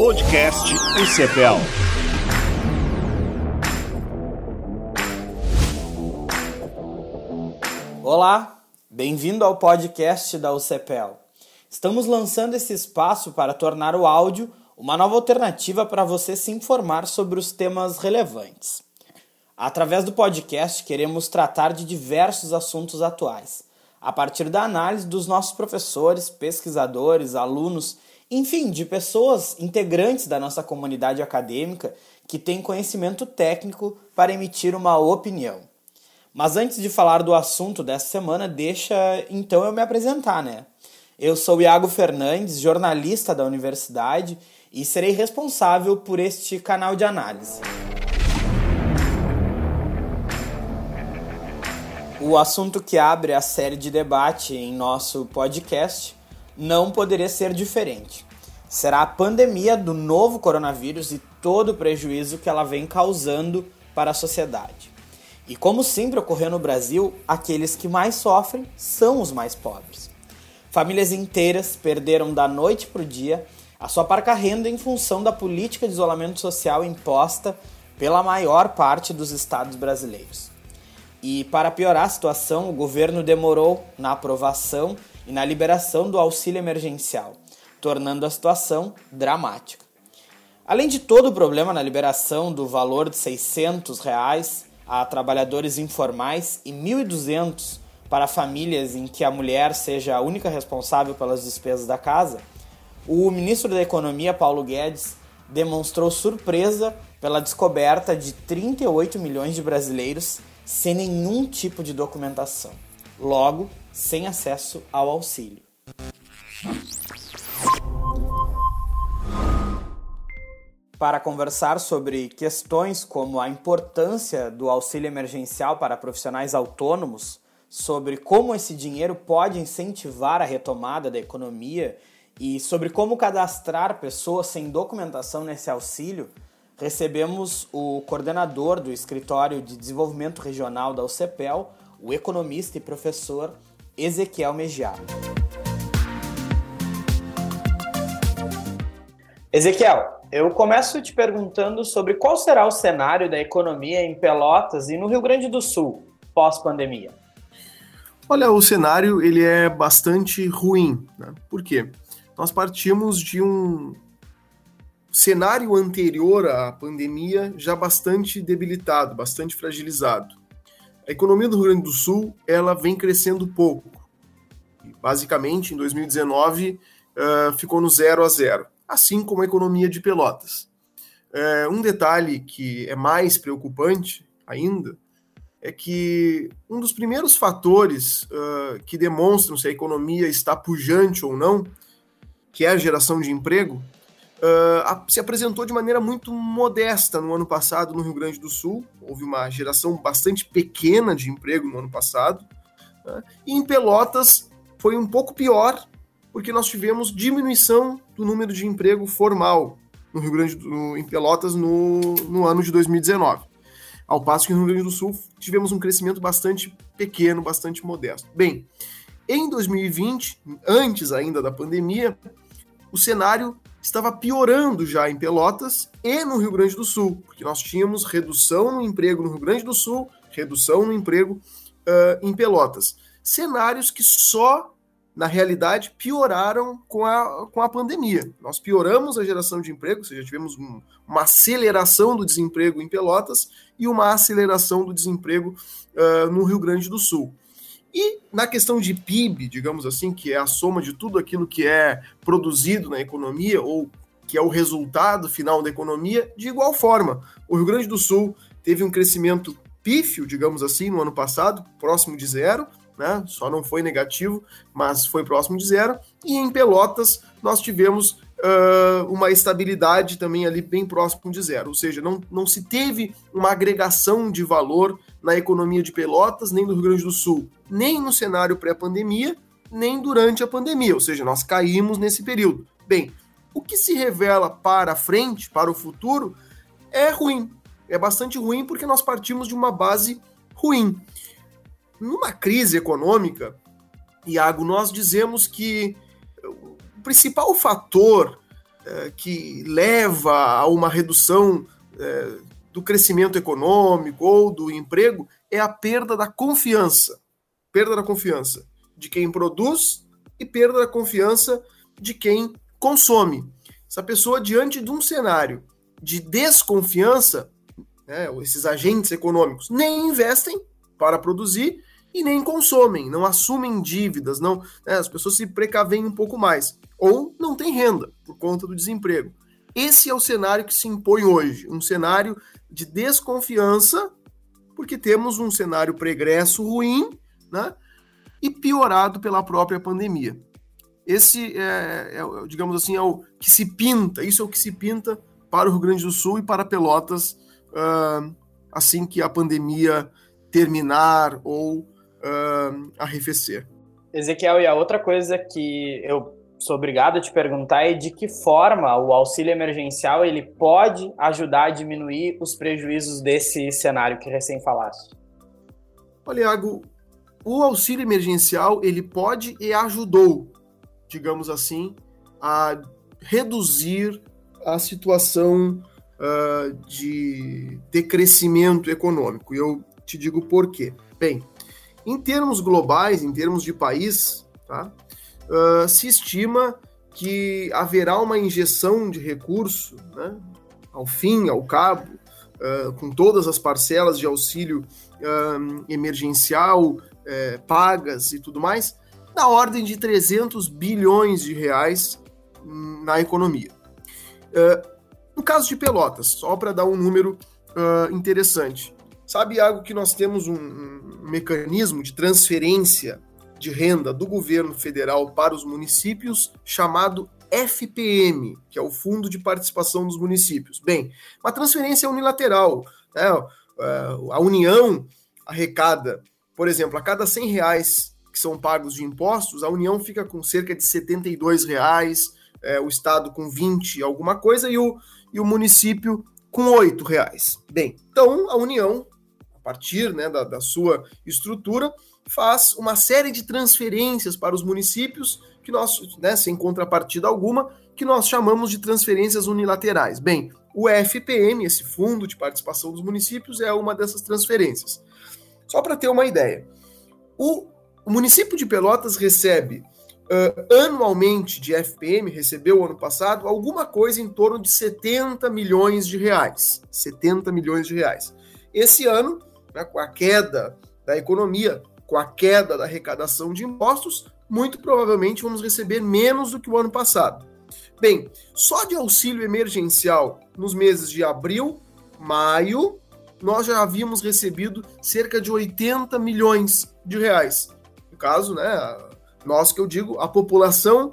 Podcast UCPEL. Olá, bem-vindo ao podcast da UCPEL. Estamos lançando esse espaço para tornar o áudio uma nova alternativa para você se informar sobre os temas relevantes. Através do podcast, queremos tratar de diversos assuntos atuais, a partir da análise dos nossos professores, pesquisadores, alunos, enfim, de pessoas integrantes da nossa comunidade acadêmica que têm conhecimento técnico para emitir uma opinião. Mas antes de falar do assunto dessa semana, deixa então eu me apresentar, né? Eu sou Iago Fernandes, jornalista da universidade e serei responsável por este canal de análise. O assunto que abre a série de debate em nosso podcast não poderia ser diferente. Será a pandemia do novo coronavírus e todo o prejuízo que ela vem causando para a sociedade. E como sempre ocorreu no Brasil, aqueles que mais sofrem são os mais pobres. Famílias inteiras perderam da noite para o dia a sua parca renda em função da política de isolamento social imposta pela maior parte dos estados brasileiros. E para piorar a situação, o governo demorou na aprovação e na liberação do auxílio emergencial, tornando a situação dramática. Além de todo o problema na liberação do valor de R$ 600 a trabalhadores informais e R$ 1.200 para famílias em que a mulher seja a única responsável pelas despesas da casa, o ministro da Economia, Paulo Guedes, demonstrou surpresa pela descoberta de 38 milhões de brasileiros sem nenhum tipo de documentação, logo, sem acesso ao auxílio. Para conversar sobre questões como a importância do auxílio emergencial para profissionais autônomos, sobre como esse dinheiro pode incentivar a retomada da economia e sobre como cadastrar pessoas sem documentação nesse auxílio, recebemos o coordenador do Escritório de Desenvolvimento Regional da UCPEL, o economista e professor Ezequiel Megiar. Ezequiel, eu começo te perguntando sobre qual será o cenário da economia em Pelotas e no Rio Grande do Sul, pós-pandemia. Olha, o cenário ele é bastante ruim, né? Por quê? Nós partimos de um cenário anterior à pandemia já bastante debilitado, bastante fragilizado. A economia do Rio Grande do Sul ela vem crescendo pouco. Basicamente, em 2019, ficou no 0-0, assim como a economia de Pelotas. Um detalhe que é mais preocupante ainda é que um dos primeiros fatores que demonstram se a economia está pujante ou não, que é a geração de emprego, se apresentou de maneira muito modesta no ano passado no Rio Grande do Sul. Houve uma geração bastante pequena de emprego no ano passado, né? E em Pelotas foi um pouco pior, porque nós tivemos diminuição do número de emprego formal no Rio Grande em Pelotas no ano de 2019. Ao passo que no Rio Grande do Sul tivemos um crescimento bastante pequeno, bastante modesto. Bem, em 2020, antes ainda da pandemia, o cenário estava piorando já em Pelotas e no Rio Grande do Sul, porque nós tínhamos redução no emprego no Rio Grande do Sul, redução no emprego em Pelotas. Cenários que só, na realidade, pioraram com a pandemia. Nós pioramos a geração de emprego, ou seja, tivemos uma aceleração do desemprego em Pelotas e uma aceleração do desemprego no Rio Grande do Sul. E na questão de PIB, digamos assim, que é a soma de tudo aquilo que é produzido na economia, ou que é o resultado final da economia, de igual forma. O Rio Grande do Sul teve um crescimento pífio, digamos assim, no ano passado, próximo de zero, né? Só não foi negativo, mas foi próximo de zero. E em Pelotas nós tivemos uma estabilidade também ali bem próximo de zero. Ou seja, não se teve uma agregação de valor na economia de Pelotas, nem do Rio Grande do Sul, nem no cenário pré-pandemia, nem durante a pandemia. Ou seja, nós caímos nesse período. Bem, o que se revela para a frente, para o futuro, é ruim. É bastante ruim porque nós partimos de uma base ruim. Numa crise econômica, Iago, nós dizemos que o principal fator que leva a uma redução do crescimento econômico ou do emprego é a perda da confiança. Perda da confiança de quem produz e perda da confiança de quem consome. Essa pessoa, diante de um cenário de desconfiança, esses agentes econômicos nem investem para produzir e nem consomem, não assumem dívidas, as pessoas se precavem um pouco mais, ou não têm renda por conta do desemprego. Esse é o cenário que se impõe hoje, um cenário de desconfiança, porque temos um cenário pregresso ruim, né, e piorado pela própria pandemia. Esse digamos assim, é o que se pinta, isso é o que se pinta para o Rio Grande do Sul e para Pelotas assim que a pandemia terminar ou arrefecer. Ezequiel, e a outra coisa que eu sou obrigado a te perguntar é de que forma o auxílio emergencial ele pode ajudar a diminuir os prejuízos desse cenário que recém falaste. Olha, Iago, o auxílio emergencial ele pode e ajudou, digamos assim, a reduzir a situação de decrescimento econômico. E eu te digo por quê. Bem, em termos globais, em termos de país, tá, se estima que haverá uma injeção de recurso, né, ao fim, ao cabo, com todas as parcelas de auxílio emergencial pagas e tudo mais, na ordem de 300 bilhões de reais na economia. No caso de Pelotas, só para dar um número interessante, sabe, Iago, que nós temos um mecanismo de transferência de renda do governo federal para os municípios chamado FPM, que é o Fundo de Participação dos Municípios. Bem, uma transferência unilateral, né? A União arrecada, por exemplo, a cada R$100 que são pagos de impostos, a União fica com cerca de R$72, o Estado com 20 alguma coisa e o município com R$8. Bem, então a União, a partir, né, da sua estrutura, faz uma série de transferências para os municípios que nós, né, sem contrapartida alguma, que nós chamamos de transferências unilaterais. Bem, o FPM, esse Fundo de Participação dos Municípios, é uma dessas transferências. Só para ter uma ideia, o município de Pelotas recebe anualmente de FPM, recebeu ano passado, alguma coisa em torno de 70 milhões de reais. 70 milhões de reais. Esse ano, né, com a queda da economia, com a queda da arrecadação de impostos, muito provavelmente vamos receber menos do que o ano passado. Bem, só de auxílio emergencial nos meses de abril, maio, nós já havíamos recebido cerca de 80 milhões de reais. No caso, né, nós que eu digo, a população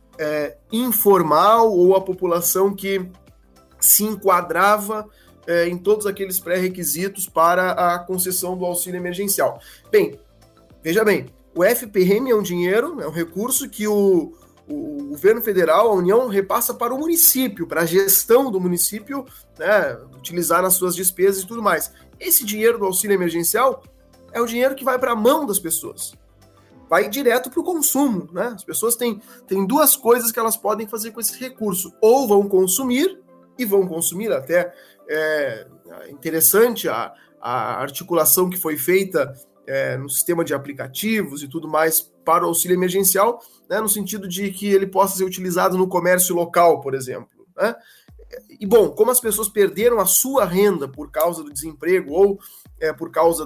informal ou a população que se enquadrava em todos aqueles pré-requisitos para a concessão do auxílio emergencial. Bem, veja bem, o FPM é um dinheiro, é um recurso que o governo federal, a União, repassa para o município, para a gestão do município, né, utilizar nas suas despesas e tudo mais. Esse dinheiro do auxílio emergencial é o dinheiro que vai para a mão das pessoas. Vai direto para o consumo, né? As pessoas têm duas coisas que elas podem fazer com esse recurso. Ou vão consumir, e vão consumir até interessante a articulação que foi feita no sistema de aplicativos e tudo mais para o auxílio emergencial, né, no sentido de que ele possa ser utilizado no comércio local, por exemplo, né? E, bom, como as pessoas perderam a sua renda por causa do desemprego ou por causa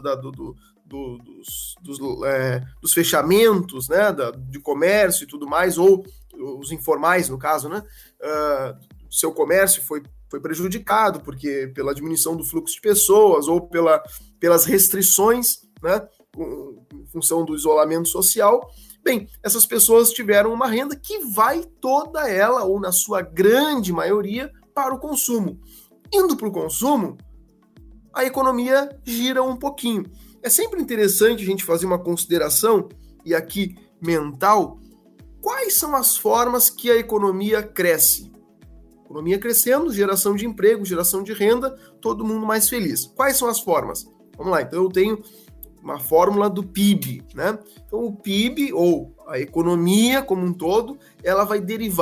dos fechamentos, né, de comércio e tudo mais, ou os informais, no caso, né, seu comércio foi prejudicado porque pela diminuição do fluxo de pessoas ou pelas restrições, né, em função do isolamento social. Bem, essas pessoas tiveram uma renda que vai toda ela, ou na sua grande maioria, para o consumo. Indo para o consumo, a economia gira um pouquinho. É sempre interessante a gente fazer uma consideração, e aqui mental, quais são as formas que a economia cresce. Economia crescendo, geração de emprego, geração de renda, todo mundo mais feliz. Quais são as formas? Vamos lá, então eu tenho uma fórmula do PIB, né? Então o PIB, ou a economia como um todo, ela vai derivar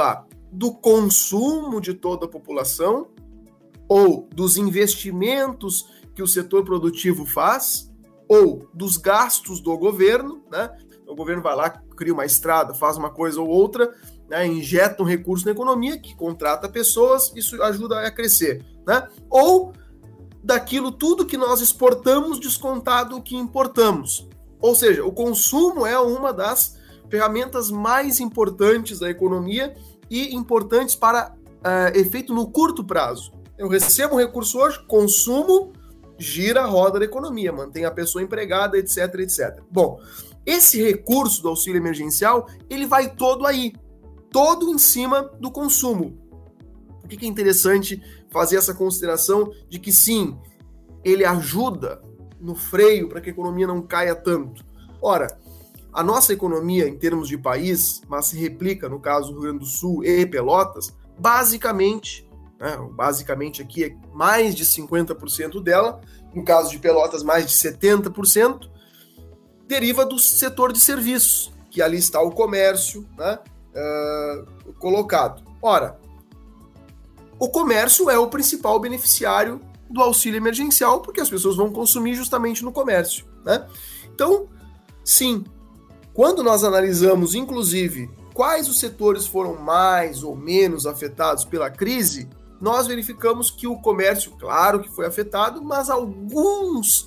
do consumo de toda a população ou dos investimentos que o setor produtivo faz ou dos gastos do governo, né? O governo vai lá, cria uma estrada, faz uma coisa ou outra, né? Injeta um recurso na economia que contrata pessoas, isso ajuda a crescer, né? Ou daquilo tudo que nós exportamos descontado o que importamos. Ou seja, o consumo é uma das ferramentas mais importantes da economia e importantes para efeito no curto prazo. Eu recebo um recurso hoje, consumo, gira a roda da economia, mantém a pessoa empregada, etc, etc. Bom, esse recurso do auxílio emergencial, ele vai todo aí, todo em cima do consumo. Por que é interessante fazer essa consideração de que sim, ele ajuda no freio para que a economia não caia tanto? Ora, a nossa economia em termos de país, mas se replica no caso do Rio Grande do Sul e Pelotas, basicamente aqui é mais de 50% dela, no caso de Pelotas mais de 70%, deriva do setor de serviços, que ali está o comércio, né, colocado. Ora, o comércio é o principal beneficiário do auxílio emergencial, porque as pessoas vão consumir justamente no comércio, né? Então, sim, quando nós analisamos, inclusive, quais os setores foram mais ou menos afetados pela crise, nós verificamos que o comércio, claro que foi afetado, mas alguns,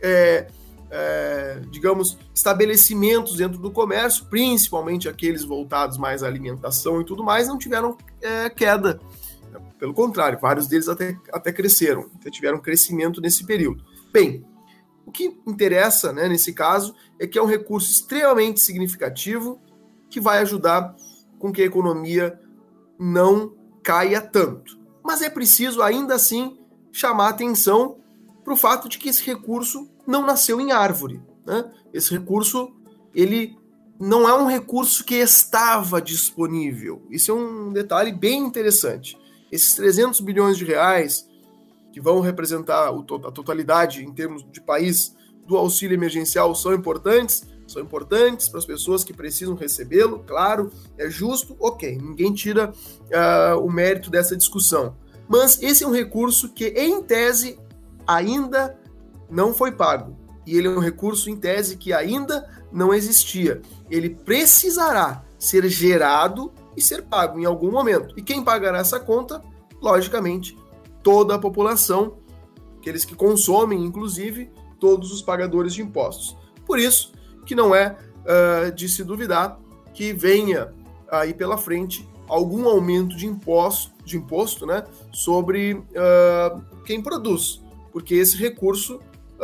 digamos, estabelecimentos dentro do comércio, principalmente aqueles voltados mais à alimentação e tudo mais, não tiveram queda. Pelo contrário, vários deles até cresceram, até tiveram crescimento nesse período. Bem, o que interessa, né, nesse caso é que é um recurso extremamente significativo que vai ajudar com que a economia não caia tanto. Mas é preciso, ainda assim, chamar atenção para o fato de que esse recurso não nasceu em árvore, né? Esse recurso, ele não é um recurso que estava disponível. Isso é um detalhe bem interessante. Esses 300 bilhões de reais, que vão representar a totalidade em termos de país do auxílio emergencial, são importantes para as pessoas que precisam recebê-lo, claro, é justo, ok, ninguém tira o mérito dessa discussão. Mas esse é um recurso que, em tese, ainda não foi pago. E ele é um recurso, em tese, que ainda não existia. Ele precisará ser gerado e ser pago em algum momento. E quem pagará essa conta? Logicamente, toda a população, aqueles que consomem, inclusive, todos os pagadores de impostos. Por isso que não é de se duvidar que venha aí pela frente algum aumento de imposto, né, sobre quem produz, porque esse recurso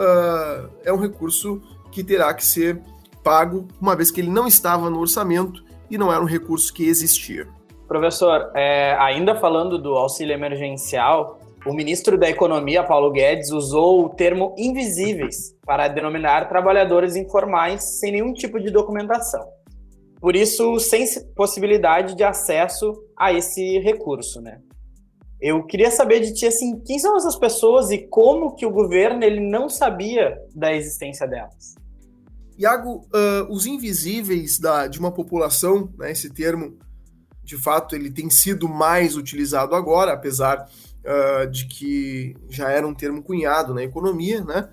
é um recurso que terá que ser pago, uma vez que ele não estava no orçamento e não era um recurso que existia. Professor, ainda falando do auxílio emergencial, o ministro da Economia, Paulo Guedes, usou o termo invisíveis para denominar trabalhadores informais sem nenhum tipo de documentação. Por isso, sem possibilidade de acesso a esse recurso, né? Eu queria saber de ti, assim, quem são essas pessoas e como que o governo ele não sabia da existência delas? Iago, os invisíveis de uma população, né, esse termo, de fato, ele tem sido mais utilizado agora, apesar de que já era um termo cunhado na economia, né?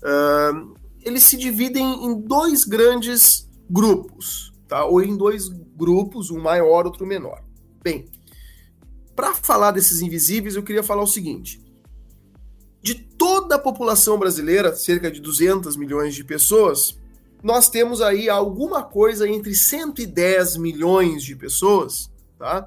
Eles se dividem em dois grandes grupos, tá? Ou em dois grupos, um maior, outro menor. Bem, para falar desses invisíveis, eu queria falar o seguinte: de toda a população brasileira, cerca de 200 milhões de pessoas, nós temos aí alguma coisa entre 110 milhões de pessoas, tá?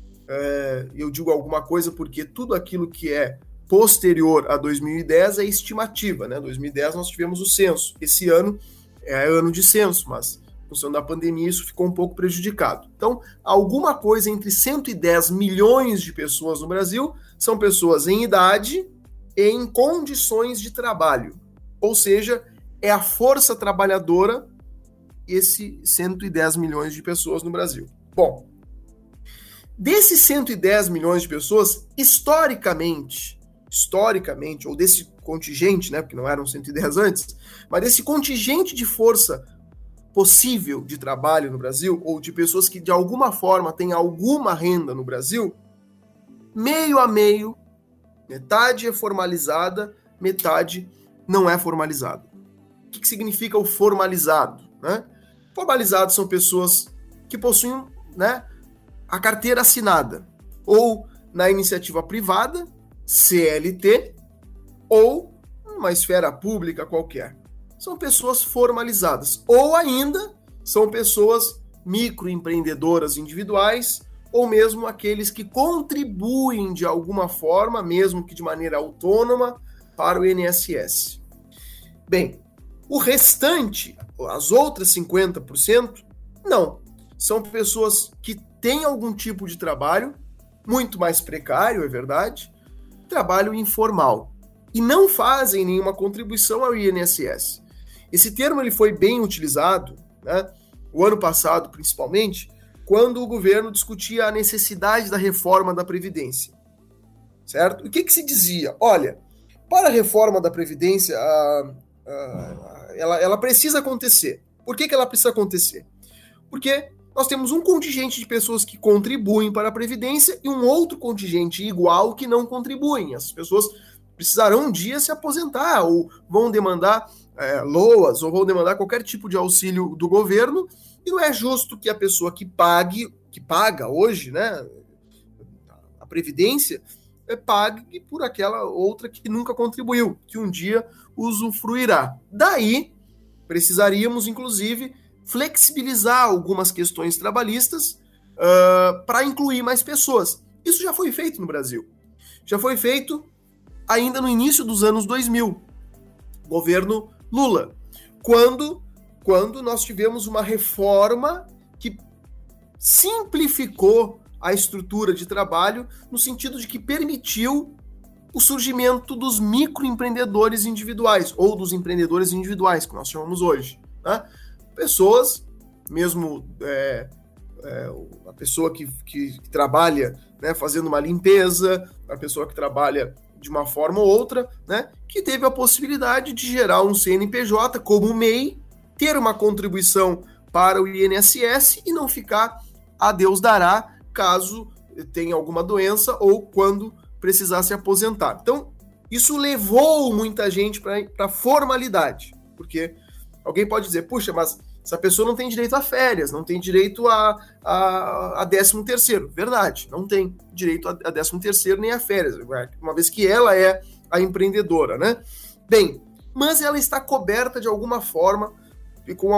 Eu digo alguma coisa porque tudo aquilo que é posterior a 2010 é estimativa, né? 2010 nós tivemos o censo, esse ano é ano de censo, mas em função da pandemia isso ficou um pouco prejudicado. Então, alguma coisa entre 110 milhões de pessoas no Brasil são pessoas em idade e em condições de trabalho, ou seja, é a força trabalhadora, esse 110 milhões de pessoas no Brasil. Bom, desses 110 milhões de pessoas, historicamente, ou desse contingente, né, porque não eram 110 antes, mas desse contingente de força possível de trabalho no Brasil, ou de pessoas que de alguma forma têm alguma renda no Brasil, meio a meio, metade é formalizada, metade não é formalizada. O que significa o formalizado, né? Formalizados são pessoas que possuem, né, a carteira assinada, ou na iniciativa privada, CLT, ou numa esfera pública qualquer. São pessoas formalizadas. Ou ainda, são pessoas microempreendedoras individuais, ou mesmo aqueles que contribuem de alguma forma, mesmo que de maneira autônoma, para o INSS. Bem, o restante, as outras 50%, não. São pessoas que têm algum tipo de trabalho, muito mais precário, é verdade, trabalho informal, e não fazem nenhuma contribuição ao INSS. Esse termo ele foi bem utilizado, né, o ano passado principalmente, quando o governo discutia a necessidade da reforma da Previdência, certo? E o que se dizia? Olha, para a reforma da Previdência, ela precisa acontecer. Por que ela precisa acontecer? Porque nós temos um contingente de pessoas que contribuem para a Previdência e um outro contingente igual que não contribuem. As pessoas precisarão um dia se aposentar ou vão demandar LOAS ou vão demandar qualquer tipo de auxílio do governo, e não é justo que a pessoa que paga hoje, né, a Previdência, pague por aquela outra que nunca contribuiu, que um dia usufruirá. Daí, precisaríamos, inclusive, flexibilizar algumas questões trabalhistas para incluir mais pessoas. Isso já foi feito no Brasil. Já foi feito ainda no início dos anos 2000, governo Lula, quando nós tivemos uma reforma que simplificou a estrutura de trabalho no sentido de que permitiu o surgimento dos microempreendedores individuais, ou dos empreendedores individuais, que nós chamamos hoje, né? Pessoas, mesmo a pessoa que trabalha, né, fazendo uma limpeza, a pessoa que trabalha de uma forma ou outra, né, que teve a possibilidade de gerar um CNPJ como MEI, ter uma contribuição para o INSS e não ficar a Deus dará caso tenha alguma doença ou quando precisar se aposentar. Então, isso levou muita gente para a formalidade, porque alguém pode dizer, puxa, mas essa pessoa não tem direito a férias, não tem direito a 13º. Verdade, não tem direito a 13º nem a férias, uma vez que ela é a empreendedora, né? Bem, mas ela está coberta de alguma forma e com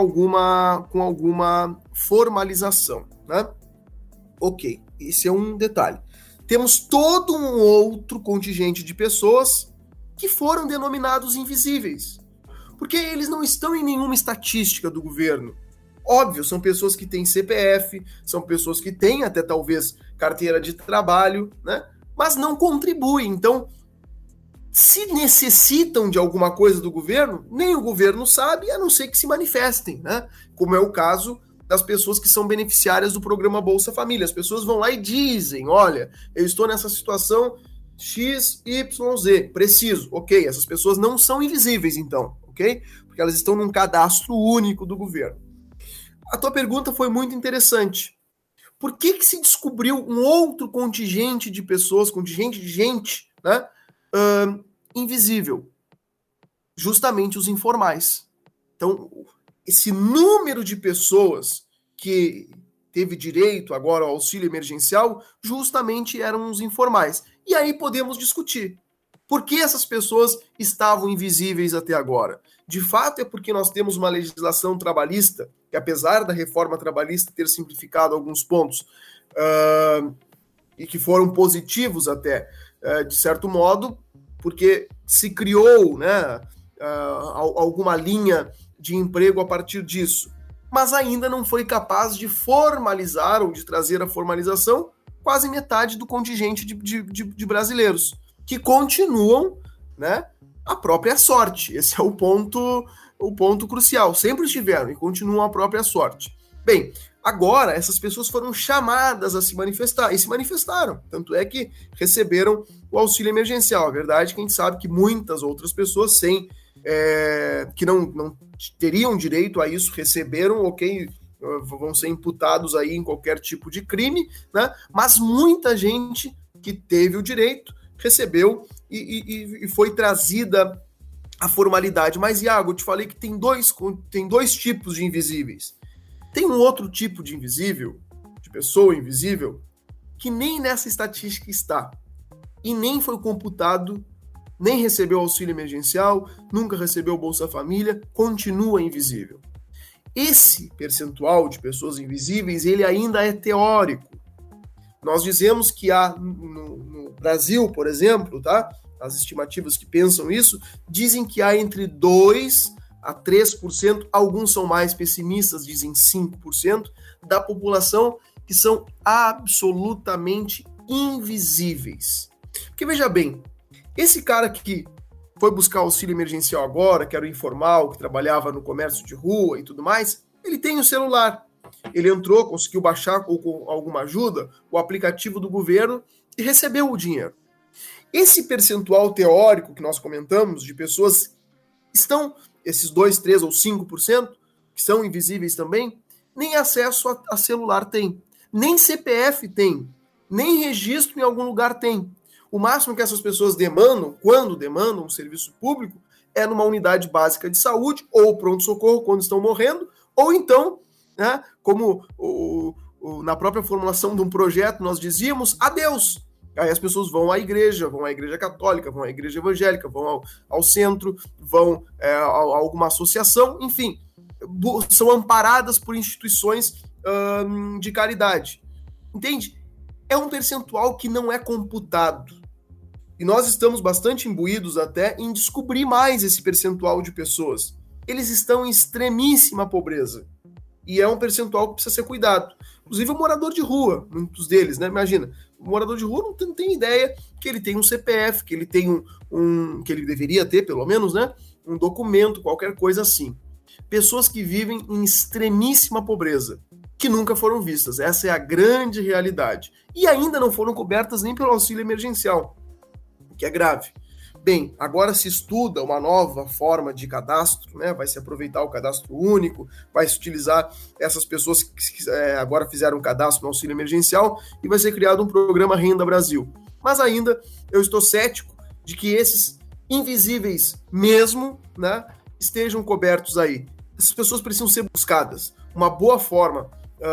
alguma formalização, né? Ok, esse é um detalhe. Temos todo um outro contingente de pessoas que foram denominados invisíveis, porque eles não estão em nenhuma estatística do governo. Óbvio, são pessoas que têm CPF, são pessoas que têm até talvez carteira de trabalho, né? Mas não contribuem. Então, se necessitam de alguma coisa do governo, nem o governo sabe, a não ser que se manifestem, né? Como é o caso das pessoas que são beneficiárias do programa Bolsa Família. As pessoas vão lá e dizem, olha, eu estou nessa situação X, Y, Z, preciso. Ok, essas pessoas não são invisíveis, então, ok? Porque elas estão num cadastro único do governo. A tua pergunta foi muito interessante. Por que se descobriu um outro contingente de pessoas, contingente de gente, né, invisível? Justamente os informais. Então, esse número de pessoas que teve direito agora ao auxílio emergencial, justamente eram os informais. E aí podemos discutir. Por que essas pessoas estavam invisíveis até agora? De fato, é porque nós temos uma legislação trabalhista, que apesar da reforma trabalhista ter simplificado alguns pontos, e que foram positivos até, de certo modo, porque se criou, né, alguma linha de emprego a partir disso, mas ainda não foi capaz de formalizar ou de trazer a formalização quase metade do contingente de brasileiros, que continuam, né, a própria sorte. Esse é o ponto crucial. Sempre estiveram e continuam a própria sorte. Bem, agora essas pessoas foram chamadas a se manifestar, e se manifestaram. Tanto é que receberam o auxílio emergencial. A verdade é que a gente sabe que muitas outras pessoas sem que não teriam direito a isso, receberam, ok, vão ser imputados aí em qualquer tipo de crime, né? Mas muita gente que teve o direito recebeu e foi trazida a formalidade. Mas, Iago, eu te falei que tem dois tipos de invisíveis. Tem um outro tipo de invisível, de pessoa invisível, que nem nessa estatística está. E nem foi computado, nem recebeu auxílio emergencial, nunca recebeu Bolsa Família, continua invisível. Esse percentual de pessoas invisíveis, ele ainda é teórico. Nós dizemos que há, no Brasil, por exemplo, tá? As estimativas que pensam isso, dizem que há entre 2% a 3%, alguns são mais pessimistas, dizem 5%, da população que são absolutamente invisíveis. Porque veja bem, esse cara que foi buscar auxílio emergencial agora, que era o informal, que trabalhava no comércio de rua e tudo mais, ele tem o celular. Ele entrou, conseguiu baixar ou com alguma ajuda o aplicativo do governo e recebeu o dinheiro. Esse percentual teórico que nós comentamos de pessoas estão, esses 2, 3 ou 5%, que são invisíveis também, nem acesso a celular tem, nem CPF tem, nem registro em algum lugar tem. O máximo que essas pessoas demandam, quando demandam um serviço público, é numa unidade básica de saúde ou pronto-socorro quando estão morrendo, ou então, né, como na própria formulação de um projeto nós dizíamos, adeus. Aí as pessoas vão à igreja católica, vão à igreja evangélica, vão ao centro, vão a alguma associação, enfim, são amparadas por instituições de caridade. Entende? É um percentual que não é computado. E nós estamos bastante imbuídos até em descobrir mais esse percentual de pessoas. Eles estão em extremíssima pobreza. E é um percentual que precisa ser cuidado. Inclusive o morador de rua, muitos deles, né? Imagina, o morador de rua não tem ideia que ele tem um CPF, que ele tem que ele deveria ter, pelo menos, né? Um documento, qualquer coisa assim. Pessoas que vivem em extremíssima pobreza, que nunca foram vistas. Essa é a grande realidade. E ainda não foram cobertas nem pelo auxílio emergencial, o que é grave. Bem, agora se estuda uma nova forma de cadastro, né? Vai se aproveitar o cadastro único, vai se utilizar essas pessoas que agora fizeram cadastro no auxílio emergencial e vai ser criado um programa Renda Brasil. Mas ainda eu estou cético de que esses invisíveis mesmo, né, estejam cobertos aí. Essas pessoas precisam ser buscadas. Uma boa forma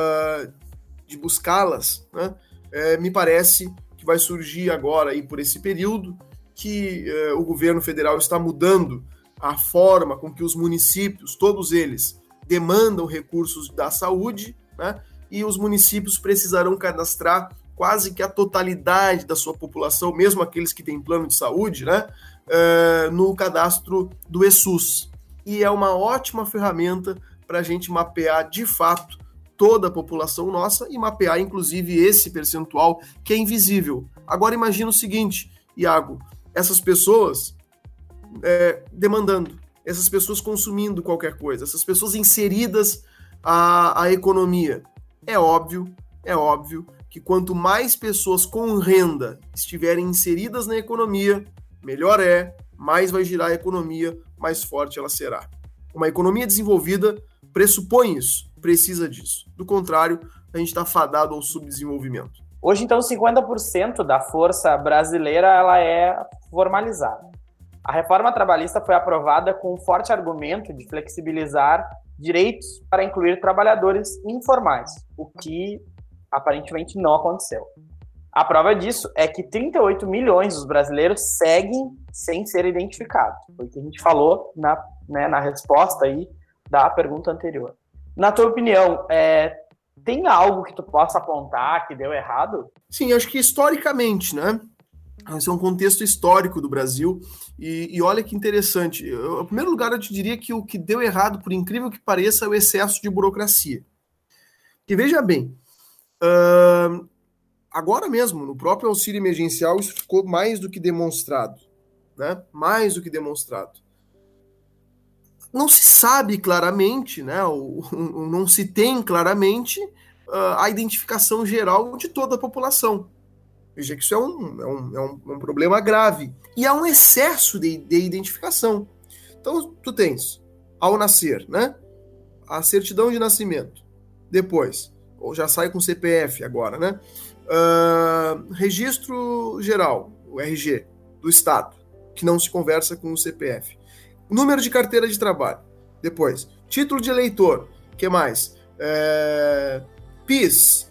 de buscá-las, né, me parece que vai surgir agora aí por esse período que o governo federal está mudando a forma com que os municípios, todos eles, demandam recursos da saúde, né, e os municípios precisarão cadastrar quase que a totalidade da sua população, mesmo aqueles que têm plano de saúde, né, no cadastro do ESUS. E é uma ótima ferramenta para a gente mapear de fato toda a população nossa e mapear inclusive esse percentual que é invisível. Agora imagina o seguinte, Iago, essas pessoas demandando, essas pessoas consumindo qualquer coisa, essas pessoas inseridas à economia. É óbvio que quanto mais pessoas com renda estiverem inseridas na economia, melhor mais vai girar a economia, mais forte ela será. Uma economia desenvolvida pressupõe isso, precisa disso. Do contrário, a gente está fadado ao subdesenvolvimento. Hoje, então, 50% da força brasileira ela é formalizada. A reforma trabalhista foi aprovada com um forte argumento de flexibilizar direitos para incluir trabalhadores informais, o que aparentemente não aconteceu. A prova disso é que 38 milhões dos brasileiros seguem sem ser identificados. Foi o que a gente falou na resposta aí da pergunta anterior. Na tua opinião, tem algo que tu possa apontar que deu errado? Sim, acho que historicamente, né? Esse é um contexto histórico do Brasil e olha que interessante. Em primeiro lugar, eu te diria que o que deu errado, por incrível que pareça, é o excesso de burocracia. Porque veja bem, agora mesmo, no próprio auxílio emergencial, isso ficou mais do que demonstrado, né? Mais do que demonstrado. Não se sabe claramente, né? Não se tem claramente a identificação geral de toda a população. Veja que isso é um problema grave. E há um excesso de identificação. Então, tu tens, ao nascer, né? A certidão de nascimento. Depois, ou já sai com CPF agora, né? Registro geral, o RG, do Estado, que não se conversa com o CPF. Número de carteira de trabalho. Depois, título de eleitor. O que mais? PIS.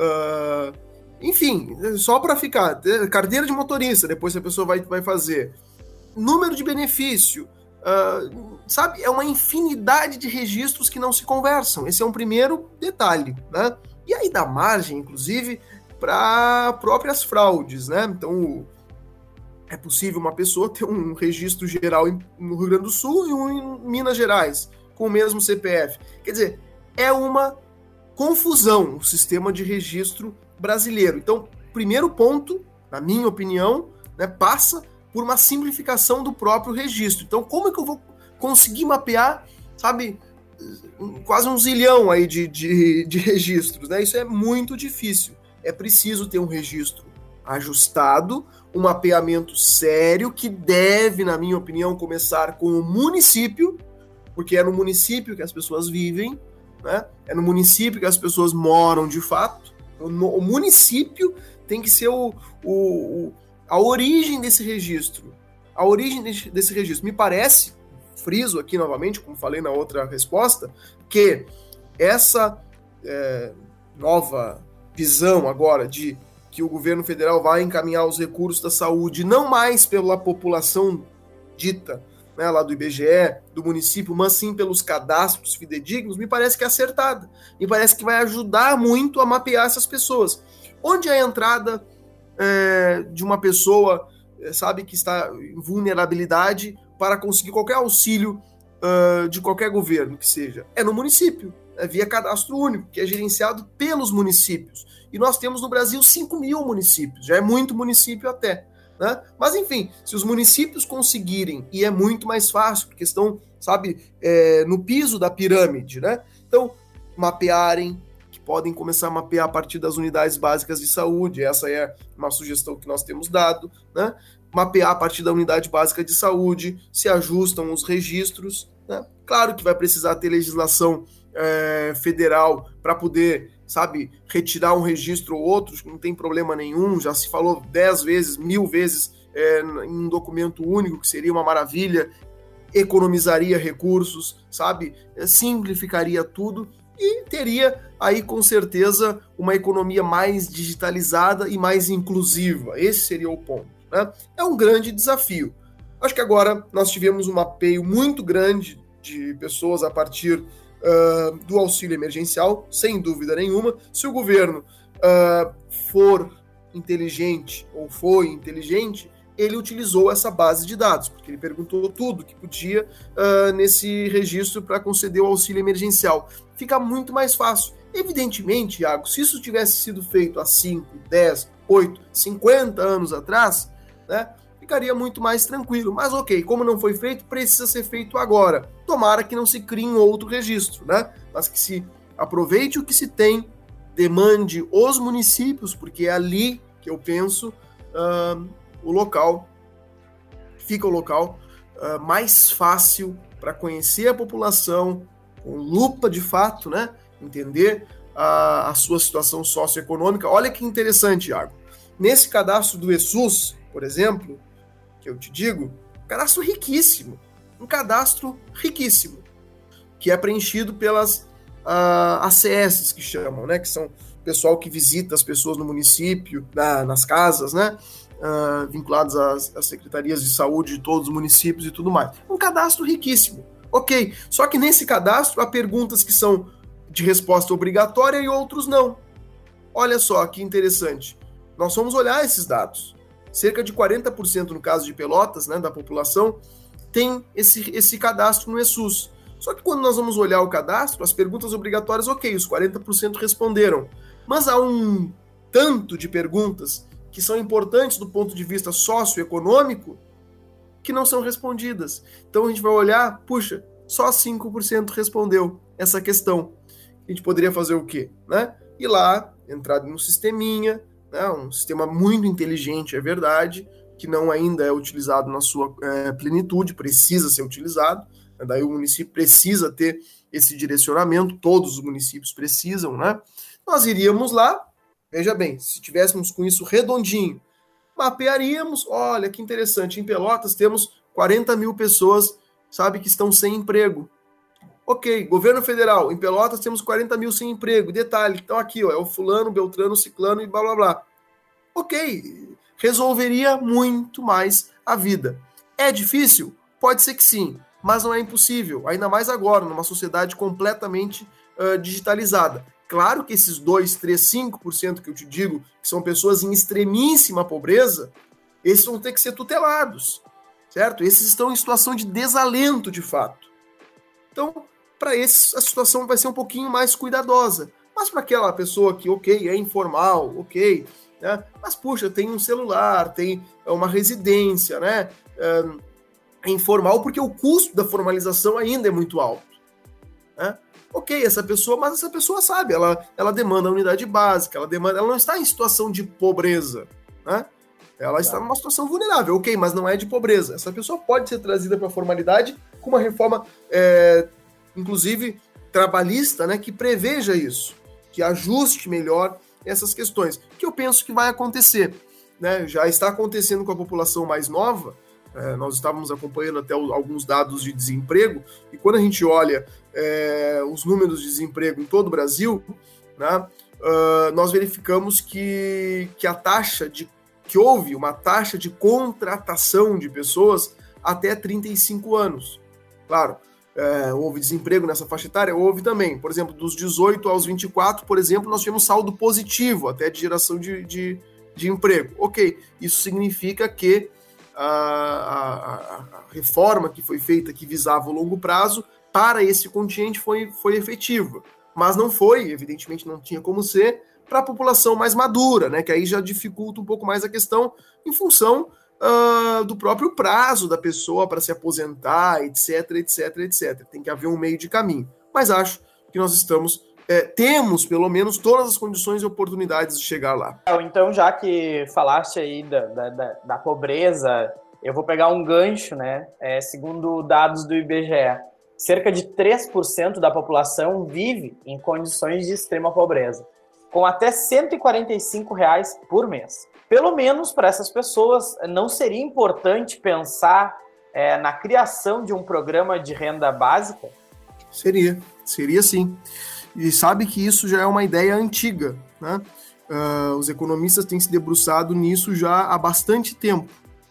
Enfim, só para ficar. Carteira de motorista, depois a pessoa vai fazer. Número de benefício. Sabe, é uma infinidade de registros que não se conversam. Esse é um primeiro detalhe, né? E aí dá margem, inclusive, para próprias fraudes, né? Então, é possível uma pessoa ter um registro geral no Rio Grande do Sul e um em Minas Gerais, com o mesmo CPF. Quer dizer, é uma confusão o sistema de registro brasileiro. Então, primeiro ponto, na minha opinião, né, passa por uma simplificação do próprio registro. Então, como é que eu vou conseguir mapear, sabe, quase 1 zilhão aí de registros, né? Isso é muito difícil. É preciso ter um registro ajustado, um mapeamento sério, que deve, na minha opinião, começar com o município, porque é no município que as pessoas vivem, né? É no município que as pessoas moram de fato. O município tem que ser a origem desse registro. A origem desse registro. Me parece, friso aqui novamente, como falei na outra resposta, que essa nova visão agora de que o governo federal vai encaminhar os recursos da saúde não mais pela população dita, né, lá do IBGE, do município, mas sim pelos cadastros fidedignos, me parece que é acertada. Me parece que vai ajudar muito a mapear essas pessoas. Onde é a entrada de uma pessoa, sabe, que está em vulnerabilidade para conseguir qualquer auxílio de qualquer governo que seja? É no município, via cadastro único, que é gerenciado pelos municípios. E nós temos no Brasil 5.000 municípios, já é muito município até, né? Mas enfim, se os municípios conseguirem, e é muito mais fácil, porque estão, sabe, no piso da pirâmide, né? Então, mapearem, que podem começar a mapear a partir das unidades básicas de saúde, essa é uma sugestão que nós temos dado, né? Mapear a partir da unidade básica de saúde, se ajustam os registros, né? Claro que vai precisar ter legislação federal para poder, sabe, retirar um registro ou outro, não tem problema nenhum, já se falou 10 vezes, 1000 vezes em um documento único, que seria uma maravilha, economizaria recursos, sabe, simplificaria tudo e teria aí com certeza uma economia mais digitalizada e mais inclusiva. Esse seria o ponto, né? É um grande desafio. Acho que agora nós tivemos um mapeio muito grande de pessoas a partir do auxílio emergencial, sem dúvida nenhuma. Se o governo for inteligente ou foi inteligente, ele utilizou essa base de dados, porque ele perguntou tudo que podia nesse registro para conceder o auxílio emergencial. Fica muito mais fácil. Evidentemente, Iago, se isso tivesse sido feito há 5, 10, 8, 50 anos atrás, né, ficaria muito mais tranquilo. Mas ok, como não foi feito, precisa ser feito agora. Tomara que não se crie um outro registro, né? Mas que se aproveite o que se tem, demande os municípios, porque é ali que eu penso o local, fica o local mais fácil para conhecer a população, com lupa de fato, né? Entender a sua situação socioeconômica. Olha que interessante, Iago. Nesse cadastro do ESUS, por exemplo, que eu te digo, cadastro riquíssimo, um cadastro riquíssimo, que é preenchido pelas ACS, que chamam, né, que são o pessoal que visita as pessoas no município, nas casas, né, vinculados às secretarias de saúde de todos os municípios e tudo mais. Um cadastro riquíssimo, ok, só que nesse cadastro há perguntas que são de resposta obrigatória e outros não. Olha só que interessante, nós vamos olhar esses dados. Cerca de 40% no caso de Pelotas, né, da população, tem esse cadastro no ESUS. Só que quando nós vamos olhar o cadastro, as perguntas obrigatórias, ok, os 40% responderam. Mas há um tanto de perguntas que são importantes do ponto de vista socioeconômico que não são respondidas. Então a gente vai olhar, puxa, só 5% respondeu essa questão. A gente poderia fazer o quê? Né? Ir lá, entrar no sisteminha, um sistema muito inteligente, é verdade, que não ainda é utilizado na sua plenitude, precisa ser utilizado, né? Daí o município precisa ter esse direcionamento, todos os municípios precisam, né? Nós iríamos lá, veja bem, se tivéssemos com isso redondinho, mapearíamos, olha que interessante, em Pelotas temos 40 mil pessoas, sabe, que estão sem emprego. Ok, governo federal, em Pelotas temos 40 mil sem emprego, detalhe, então aqui, ó, é o fulano, beltrano, ciclano e blá blá blá. Ok, resolveria muito mais a vida. É difícil? Pode ser que sim, mas não é impossível, ainda mais agora, numa sociedade completamente digitalizada. Claro que esses 2, 3, 5% que eu te digo, que são pessoas em extremíssima pobreza, esses vão ter que ser tutelados, certo? Esses estão em situação de desalento, de fato. Então, para esses, a situação vai ser um pouquinho mais cuidadosa. Mas para aquela pessoa que, ok, é informal, ok, né? Mas, puxa, tem um celular, tem uma residência, né? É informal porque o custo da formalização ainda é muito alto, né? Ok, essa pessoa sabe, ela demanda a unidade básica, ela não está em situação de pobreza, né? Ela está numa situação vulnerável, ok, mas não é de pobreza. Essa pessoa pode ser trazida para a formalidade com uma reforma, inclusive, trabalhista, né, que preveja isso, que ajuste melhor essas questões, que eu penso que vai acontecer, né? Já está acontecendo com a população mais nova. Nós estávamos acompanhando até alguns dados de desemprego, e quando a gente olha os números de desemprego em todo o Brasil, né, nós verificamos que houve uma taxa de contratação de pessoas até 35 anos. Claro, houve desemprego nessa faixa etária? Houve também. Por exemplo, dos 18 aos 24, por exemplo, nós tivemos saldo positivo até de geração de emprego. Ok, isso significa que a reforma que foi feita, que visava o longo prazo, para esse contingente foi efetiva. Mas não foi, evidentemente não tinha como ser, para a população mais madura, né? Que aí já dificulta um pouco mais a questão em função do próprio prazo da pessoa para se aposentar, etc, etc, etc. Tem que haver um meio de caminho. Mas acho que nós temos, pelo menos, todas as condições e oportunidades de chegar lá. Então, já que falaste aí da pobreza, eu vou pegar um gancho, né? Segundo dados do IBGE, cerca de 3% da população vive em condições de extrema pobreza, com até R$ 145 por mês. Pelo menos para essas pessoas, não seria importante pensar na criação de um programa de renda básica? Seria sim. E sabe que isso já é uma ideia antiga, né? Os economistas têm se debruçado nisso já há bastante tempo.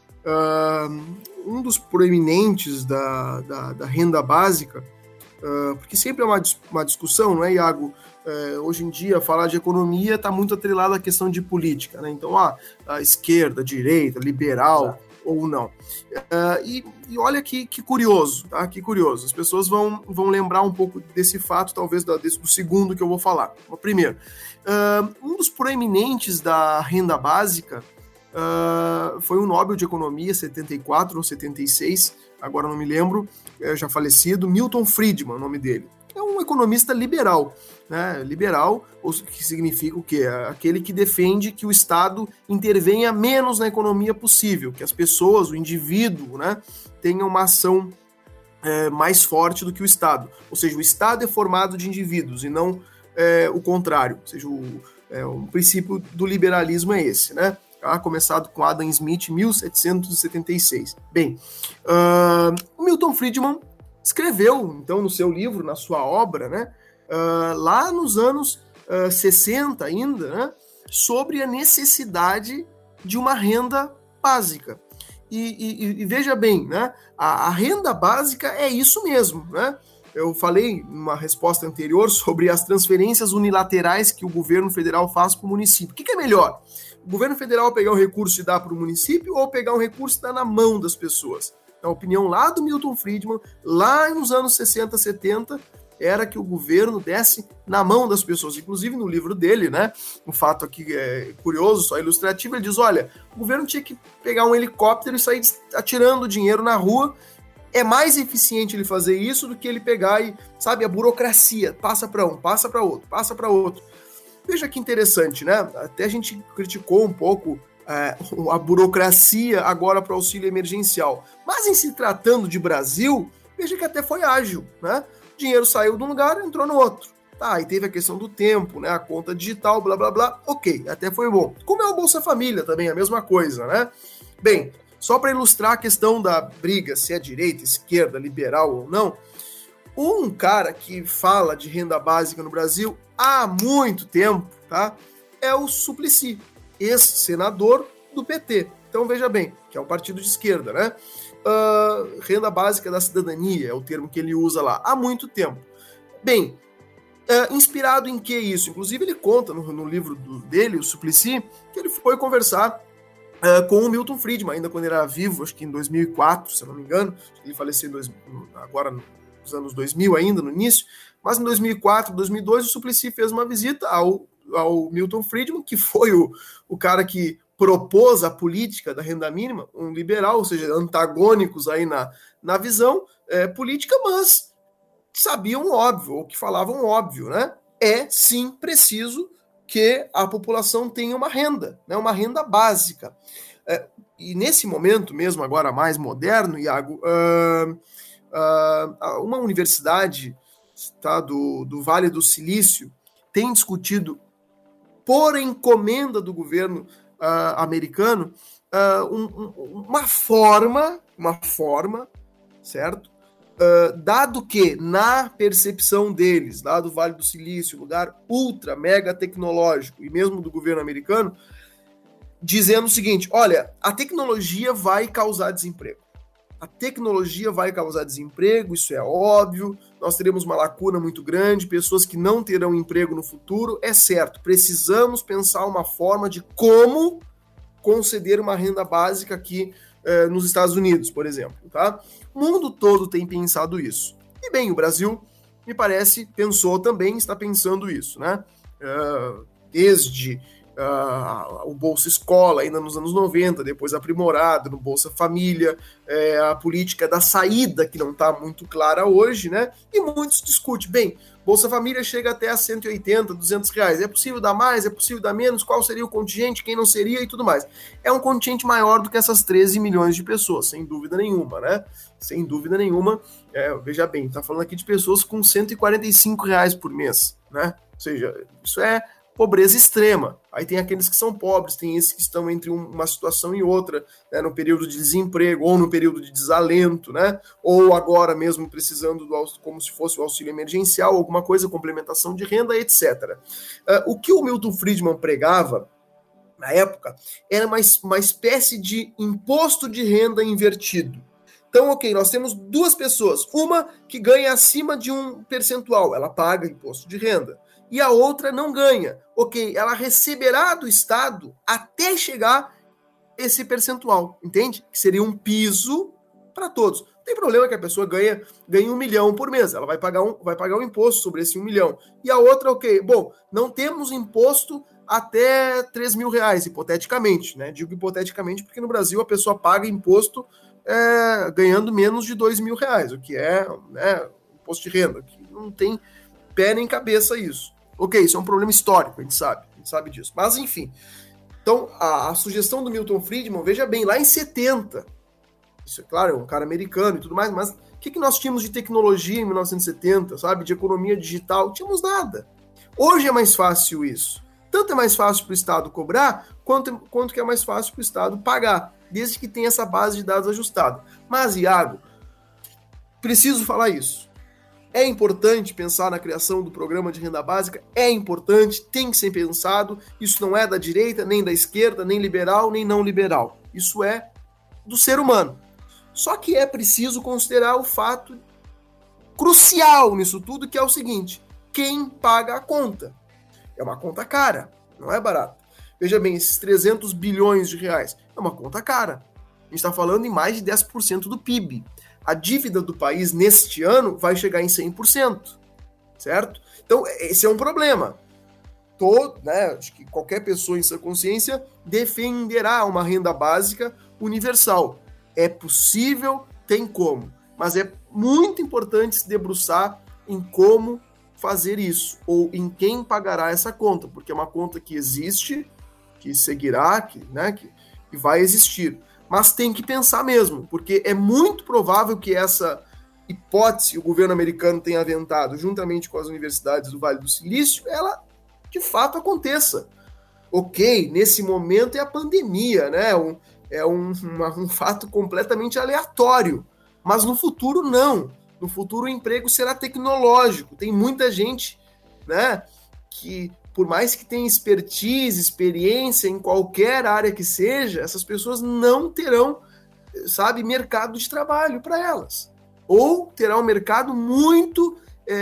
Um dos proeminentes da renda básica, porque sempre é uma discussão, não é, Iago? Hoje em dia, falar de economia está muito atrelado à questão de política, né? Então, a esquerda, a direita, liberal, exato, ou não. E olha que curioso, tá? Que curioso. As pessoas vão lembrar um pouco desse fato, talvez do segundo que eu vou falar. Primeiro, um dos proeminentes da renda básica foi um Nobel de Economia, 74 ou 76, agora não me lembro, já falecido, Milton Friedman, o nome dele. É um economista liberal, né? Liberal, o que significa o quê? Aquele que defende que o Estado intervenha menos na economia possível, que as pessoas, o indivíduo, né, tenham uma ação mais forte do que o Estado. Ou seja, o Estado é formado de indivíduos e não o contrário. Ou seja, o princípio do liberalismo é esse, né? Começado com Adam Smith em 1776. Bem, o Milton Friedman escreveu, então, no seu livro, na sua obra, né, lá nos anos 60 ainda, né, sobre a necessidade de uma renda básica. E veja bem, né, a renda básica é isso mesmo, né? Eu falei numa resposta anterior sobre as transferências unilaterais que o governo federal faz para o município. O que é melhor? O governo federal pegar um recurso e dar para o município ou pegar um recurso e dar na mão das pessoas? A opinião lá do Milton Friedman, lá nos anos 60, 70, era que o governo desse na mão das pessoas. Inclusive no livro dele, né, um fato aqui curioso, só ilustrativo, ele diz, olha, o governo tinha que pegar um helicóptero e sair atirando dinheiro na rua. É mais eficiente ele fazer isso do que ele pegar e, sabe, a burocracia, passa para um, passa para outro, passa para outro. Veja que interessante, né? Até a gente criticou um pouco a burocracia agora para o auxílio emergencial. Mas em se tratando de Brasil, veja que até foi ágil, né? O dinheiro saiu de um lugar e entrou no outro. Tá, e teve a questão do tempo, né? A conta digital, blá, blá, blá. Ok, até foi bom. Como é o Bolsa Família também, a mesma coisa, né? Bem, só para ilustrar a questão da briga, se é direita, esquerda, liberal ou não, um cara que fala de renda básica no Brasil há muito tempo, tá? É o Suplicy, ex-senador do PT. Então veja bem, que é um partido de esquerda, né? Renda básica da cidadania é o termo que ele usa lá há muito tempo. Bem, inspirado em que isso? Inclusive ele conta no livro dele, o Suplicy, que ele foi conversar com o Milton Friedman, ainda quando ele era vivo, acho que em 2004, se eu não me engano. Ele faleceu agora nos anos 2000 ainda, no início. Mas em 2004, 2002, o Suplicy fez uma visita ao Milton Friedman, que foi o cara que propôs a política da renda mínima, um liberal, ou seja, antagônicos aí na visão política, mas sabiam óbvio, ou que falavam óbvio, né? É sim preciso que a população tenha uma renda, né? Uma renda básica. E nesse momento mesmo, agora mais moderno, Iago, uma universidade, tá, do Vale do Silício tem discutido, por encomenda do governo americano, uma forma, certo? Dado que, na percepção deles, lá do Vale do Silício, lugar ultra, mega tecnológico, e mesmo do governo americano, dizendo o seguinte: olha, a tecnologia vai causar desemprego. A tecnologia vai causar desemprego, isso é óbvio, nós teremos uma lacuna muito grande, pessoas que não terão emprego no futuro, é certo, precisamos pensar uma forma de como conceder uma renda básica aqui nos Estados Unidos, por exemplo, tá? O mundo todo tem pensado isso. E bem, o Brasil, me parece, pensou também, está pensando isso, né? Desde o Bolsa Escola, ainda nos anos 90, depois aprimorado no Bolsa Família, a política da saída, que não está muito clara hoje, né? E muitos discutem, bem, Bolsa Família chega até a 180, 200 reais. É possível dar mais? É possível dar menos? Qual seria o contingente? Quem não seria? E tudo mais. É um contingente maior do que essas 13 milhões de pessoas, sem dúvida nenhuma, né? Sem dúvida nenhuma. Veja bem, tá falando aqui de pessoas com 145 reais por mês, né? Ou seja, isso é pobreza extrema. Aí tem aqueles que são pobres, tem esses que estão entre uma situação e outra, né, no período de desemprego, ou no período de desalento, né, ou agora mesmo precisando como se fosse o auxílio emergencial, alguma coisa, complementação de renda, etc. O que o Milton Friedman pregava, na época, era uma espécie de imposto de renda invertido. Então, ok, nós temos duas pessoas, uma que ganha acima de um percentual, ela paga imposto de renda, e a outra não ganha. Ok, ela receberá do Estado até chegar esse percentual, entende? Que seria um piso para todos. Não tem problema que a pessoa ganha 1 milhão por mês, ela vai pagar um imposto sobre esse 1 milhão. E a outra, ok, bom, não temos imposto até 3 mil reais, hipoteticamente, né? Digo hipoteticamente porque no Brasil a pessoa paga imposto ganhando menos de 2 mil reais, o que é, né, imposto de renda, que não tem pé nem cabeça isso. Ok, isso é um problema histórico, a gente sabe disso. Mas, enfim. Então, a sugestão do Milton Friedman, veja bem, lá em 70, isso é claro, é um cara americano e tudo mais, mas o que nós tínhamos de tecnologia em 1970, sabe? De economia digital? Tínhamos nada. Hoje é mais fácil isso. Tanto é mais fácil para o Estado cobrar, quanto que é mais fácil para o Estado pagar, desde que tenha essa base de dados ajustada. Mas, Iago, preciso falar isso. É importante pensar na criação do programa de renda básica, é importante, tem que ser pensado, isso não é da direita, nem da esquerda, nem liberal, nem não liberal. Isso é do ser humano. Só que é preciso considerar o fato crucial nisso tudo, que é o seguinte: quem paga a conta? É uma conta cara, não é barato. Veja bem, esses 300 bilhões de reais é uma conta cara. A gente está falando em mais de 10% do PIB. A dívida do país neste ano vai chegar em 100%, certo? Então, esse é um problema. Acho que qualquer pessoa em sua consciência defenderá uma renda básica universal. É possível, tem como, mas é muito importante se debruçar em como fazer isso, ou em quem pagará essa conta, porque é uma conta que existe, que seguirá, que vai existir. Mas tem que pensar mesmo, porque é muito provável que essa hipótese o governo americano tenha aventado, juntamente com as universidades do Vale do Silício, ela de fato aconteça. Ok, nesse momento é a pandemia, né? É um fato completamente aleatório. Mas no futuro, não. No futuro, o emprego será tecnológico. Tem muita gente, né, que, por mais que tenha expertise, experiência em qualquer área que seja, essas pessoas não terão, mercado de trabalho para elas. Ou terá um mercado muito,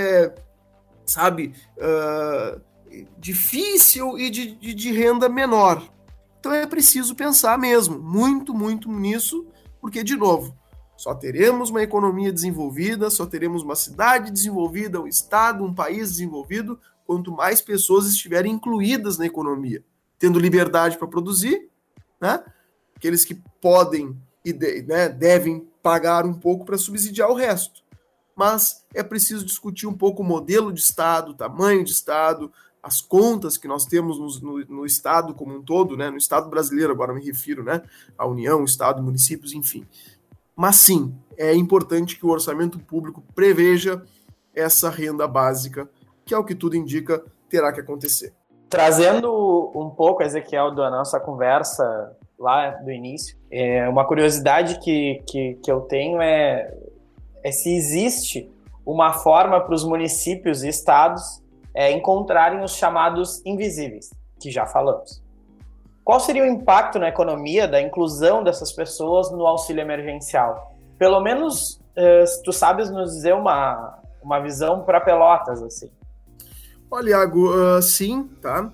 difícil e de renda menor. Então é preciso pensar mesmo, muito, muito nisso, porque, de novo, só teremos uma economia desenvolvida, só teremos uma cidade desenvolvida, um estado, um país desenvolvido, quanto mais pessoas estiverem incluídas na economia, tendo liberdade para produzir, né? Aqueles que podem e devem pagar um pouco para subsidiar o resto. Mas é preciso discutir um pouco o modelo de Estado, o tamanho de Estado, as contas que nós temos no Estado como um todo, né? No Estado brasileiro, agora me refiro, né? A União, o Estado, municípios, enfim. Mas sim, é importante que o orçamento público preveja essa renda básica, que, ao que tudo indica, terá que acontecer. Trazendo um pouco, Ezequiel, da nossa conversa lá do início, uma curiosidade que eu tenho é se existe uma forma para os municípios e estados encontrarem os chamados invisíveis, que já falamos. Qual seria o impacto na economia da inclusão dessas pessoas no auxílio emergencial? Pelo menos, tu sabes nos dizer uma visão para Pelotas, assim. Olha, Iago, sim, tá?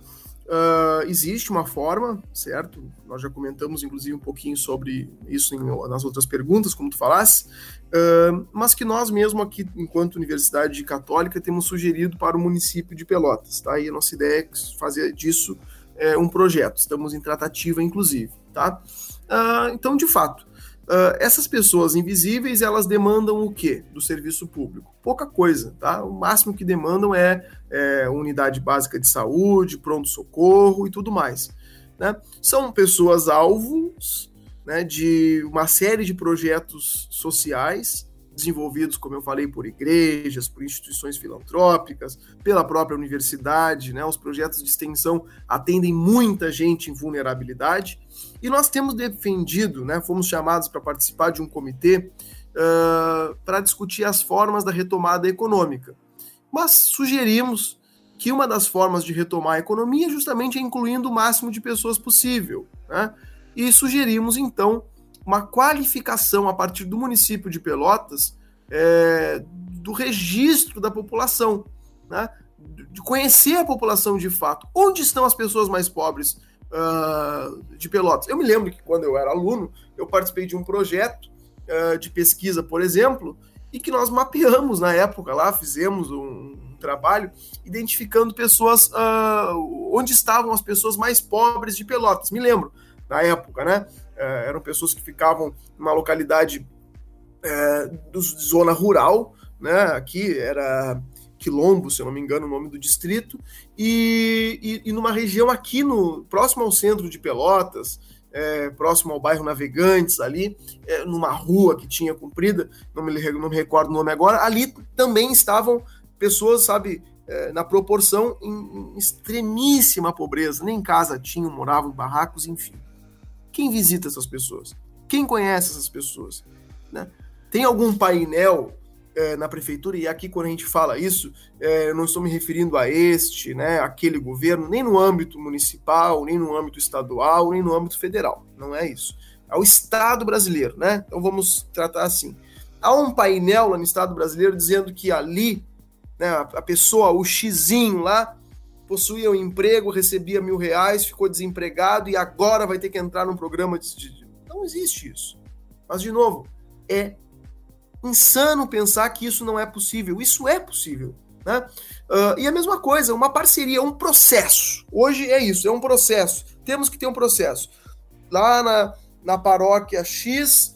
Existe uma forma, certo? Nós já comentamos, inclusive, um pouquinho sobre isso nas outras perguntas, como tu falasse, mas que nós mesmo aqui, enquanto Universidade Católica, temos sugerido para o município de Pelotas, tá? E a nossa ideia é fazer disso um projeto, estamos em tratativa, inclusive, tá? Então, de fato, essas pessoas invisíveis, elas demandam o quê do serviço público? Pouca coisa, tá? O máximo que demandam é unidade básica de saúde, pronto-socorro e tudo mais, né? São pessoas alvos, né, de uma série de projetos sociais desenvolvidos, como eu falei, por igrejas, por instituições filantrópicas, pela própria universidade, né? Os projetos de extensão atendem muita gente em vulnerabilidade, e nós temos defendido, né, fomos chamados para participar de um comitê para discutir as formas da retomada econômica. Mas sugerimos que uma das formas de retomar a economia justamente é incluindo o máximo de pessoas possível, né? E sugerimos, então, uma qualificação a partir do município de Pelotas do registro da população, né? De conhecer a população de fato. Onde estão as pessoas mais pobres de Pelotas? Eu me lembro que quando eu era aluno, eu participei de um projeto de pesquisa, por exemplo, e que nós mapeamos na época lá, fizemos um trabalho identificando pessoas, onde estavam as pessoas mais pobres de Pelotas. Me lembro, na época, né? Eram pessoas que ficavam numa localidade de zona rural, né? Aqui era Quilombo, se eu não me engano, o nome do distrito, e numa região aqui próximo ao centro de Pelotas, próximo ao bairro Navegantes, ali, numa rua que tinha comprida, não me recordo o nome agora, ali também estavam pessoas, na proporção em extremíssima pobreza, nem casa tinham, moravam em barracos, enfim. Quem visita essas pessoas? Quem conhece essas pessoas? Né? Tem algum painel na prefeitura, e aqui quando a gente fala isso, eu não estou me referindo a aquele governo, nem no âmbito municipal, nem no âmbito estadual, nem no âmbito federal, não é isso. É o Estado brasileiro, né? Então vamos tratar assim. Há um painel lá no Estado brasileiro dizendo que ali, né, a pessoa, o xizinho lá, possuía um emprego, recebia R$1.000, ficou desempregado e agora vai ter que entrar num programa de... Não existe isso. Mas, de novo, é insano pensar que isso não é possível. Isso é possível, né? E a mesma coisa, uma parceria, um processo. Hoje é isso, é um processo. Temos que ter um processo. Lá na paróquia X,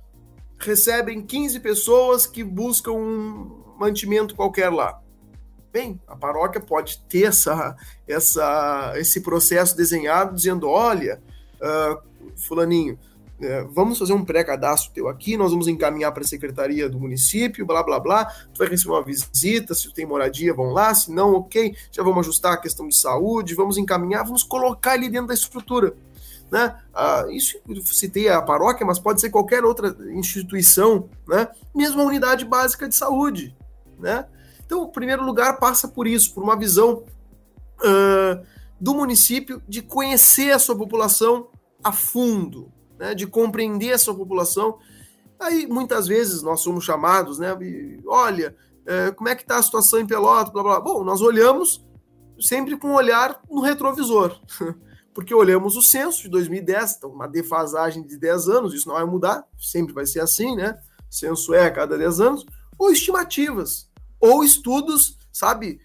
recebem 15 pessoas que buscam um mantimento qualquer lá. Bem, a paróquia pode ter esse processo desenhado, dizendo, olha, fulaninho, vamos fazer um pré-cadastro teu aqui, nós vamos encaminhar para a secretaria do município, blá, blá, blá, tu vai receber uma visita, se tu tem moradia, vão lá, se não, ok, já vamos ajustar a questão de saúde, vamos encaminhar, vamos colocar ele dentro da estrutura, né? Isso eu citei a paróquia, mas pode ser qualquer outra instituição, né? Mesmo a unidade básica de saúde, né? Então, o primeiro lugar passa por isso, por uma visão do município de conhecer a sua população a fundo, né, de compreender a sua população. Aí, muitas vezes, nós somos chamados, né, olha, como é que está a situação em Pelotas, blá, blá. Bom, nós olhamos sempre com um olhar no retrovisor, porque olhamos o censo de 2010, então uma defasagem de 10 anos, isso não vai mudar, sempre vai ser assim, né, censo a cada 10 anos, ou estimativas, ou estudos, sabe,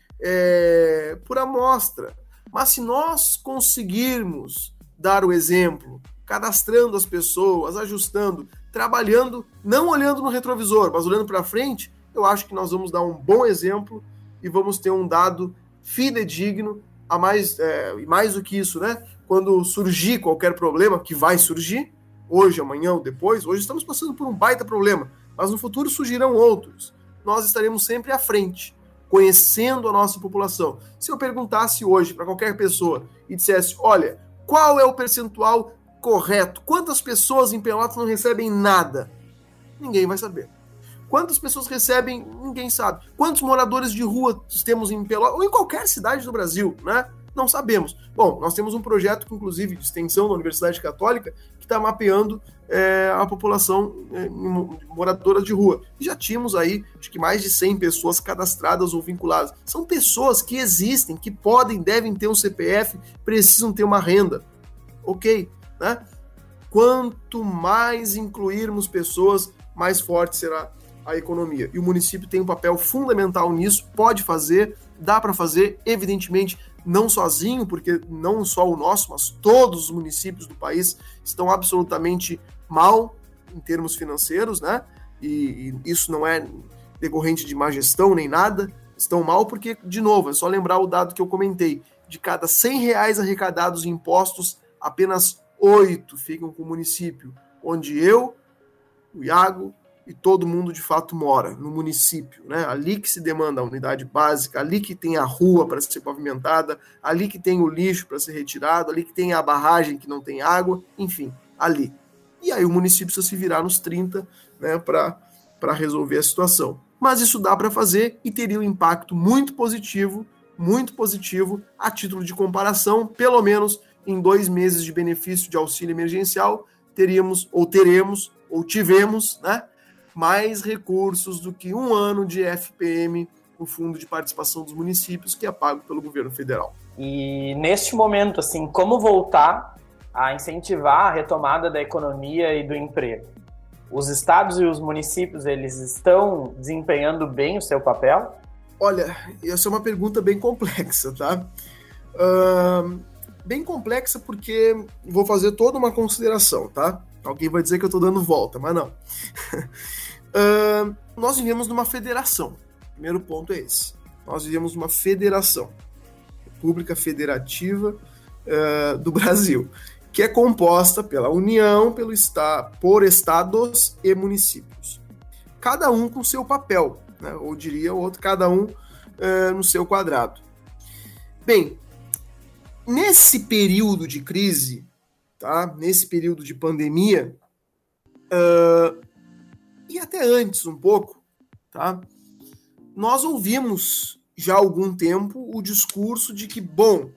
por amostra. Mas se nós conseguirmos dar o exemplo, cadastrando as pessoas, ajustando, trabalhando, não olhando no retrovisor, mas olhando para frente, eu acho que nós vamos dar um bom exemplo e vamos ter um dado fidedigno, e mais do que isso, né? Quando surgir qualquer problema, que vai surgir, hoje, amanhã ou depois, hoje estamos passando por um baita problema, mas no futuro surgirão outros. Nós estaremos sempre à frente, conhecendo a nossa população. Se eu perguntasse hoje para qualquer pessoa e dissesse, olha, qual é o percentual correto? Quantas pessoas em Pelotas não recebem nada? Ninguém vai saber. Quantas pessoas recebem? Ninguém sabe. Quantos moradores de rua temos em Pelotas? Ou em qualquer cidade do Brasil, né? Não sabemos. Bom, nós temos um projeto, inclusive, de extensão da Universidade Católica, que está mapeando a população moradora de rua. E já tínhamos aí, acho que mais de 100 pessoas cadastradas ou vinculadas. São pessoas que existem, que podem, devem ter um CPF, precisam ter uma renda. Ok, né? Quanto mais incluirmos pessoas, mais forte será a economia. E o município tem um papel fundamental nisso, pode fazer, dá para fazer, evidentemente, não sozinho, porque não só o nosso, mas todos os municípios do país estão absolutamente mal em termos financeiros, né? E isso não é decorrente de má gestão nem nada, estão mal porque, de novo, é só lembrar o dado que eu comentei, de cada R$100 arrecadados em impostos, apenas 8 ficam com o município, onde eu, o Iago e todo mundo de fato mora, no município, né? Ali que se demanda a unidade básica, ali que tem a rua para ser pavimentada, ali que tem o lixo para ser retirado, ali que tem a barragem que não tem água, enfim, ali. E aí o município precisa se virar nos 30, né, para resolver a situação. Mas isso dá para fazer e teria um impacto muito positivo a título de comparação, pelo menos em 2 meses de benefício de auxílio emergencial, teremos, ou tivemos, né, mais recursos do que 1 ano de FPM, o Fundo de Participação dos Municípios, que é pago pelo governo federal. E neste momento, assim, como voltar a incentivar a retomada da economia e do emprego? Os estados e os municípios, eles estão desempenhando bem o seu papel? Olha, essa é uma pergunta bem complexa, tá? Bem complexa porque vou fazer toda uma consideração, tá? Alguém vai dizer que eu estou dando volta, mas não. Nós vivemos numa federação. O primeiro ponto é esse. Nós vivemos numa federação. República Federativa do Brasil, que é composta pela União, por estados e municípios. Cada um com seu papel, né? Ou diria o outro, cada um no seu quadrado. Bem, nesse período de crise, tá? Nesse período de pandemia, e até antes um pouco, tá? Nós ouvimos já há algum tempo o discurso de que, bom,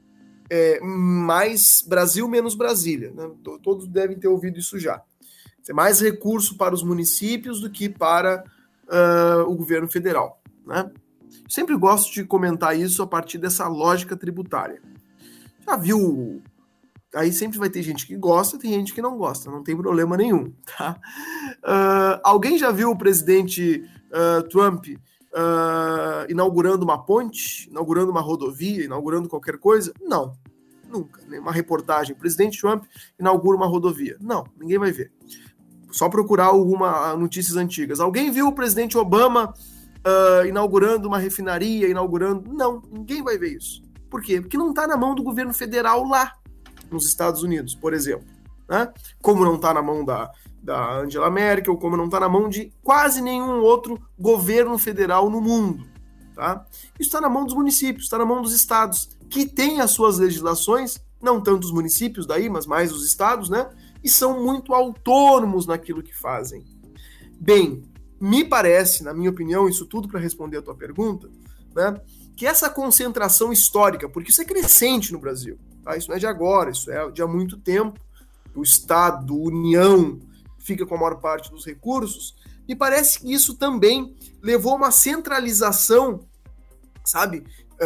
mais Brasil menos Brasília, né? Todos devem ter ouvido isso já. Tem mais recurso para os municípios do que para o governo federal, né? Sempre gosto de comentar isso a partir dessa lógica tributária. Já viu? Aí sempre vai ter gente que gosta, tem gente que não gosta, não tem problema nenhum, tá? Alguém já viu o presidente Trump inaugurando uma ponte, inaugurando uma rodovia, inaugurando qualquer coisa? Não, nunca. Nenhuma reportagem, o presidente Trump inaugura uma rodovia. Não, ninguém vai ver. Só procurar notícias antigas. Alguém viu o presidente Obama inaugurando uma refinaria, Não, ninguém vai ver isso. Por quê? Porque não está na mão do governo federal lá, nos Estados Unidos, por exemplo. Né? Como não está na mão da Angela Merkel, como não está na mão de quase nenhum outro governo federal no mundo. Tá? Isso está na mão dos municípios, está na mão dos estados, que têm as suas legislações, não tanto os municípios daí, mas mais os estados, né? E são muito autônomos naquilo que fazem. Bem, me parece, na minha opinião, isso tudo para responder a tua pergunta, né, que essa concentração histórica, porque isso é crescente no Brasil, tá? Isso não é de agora, isso é de há muito tempo, o Estado, a União, fica com a maior parte dos recursos, me parece que isso também levou a uma centralização, sabe,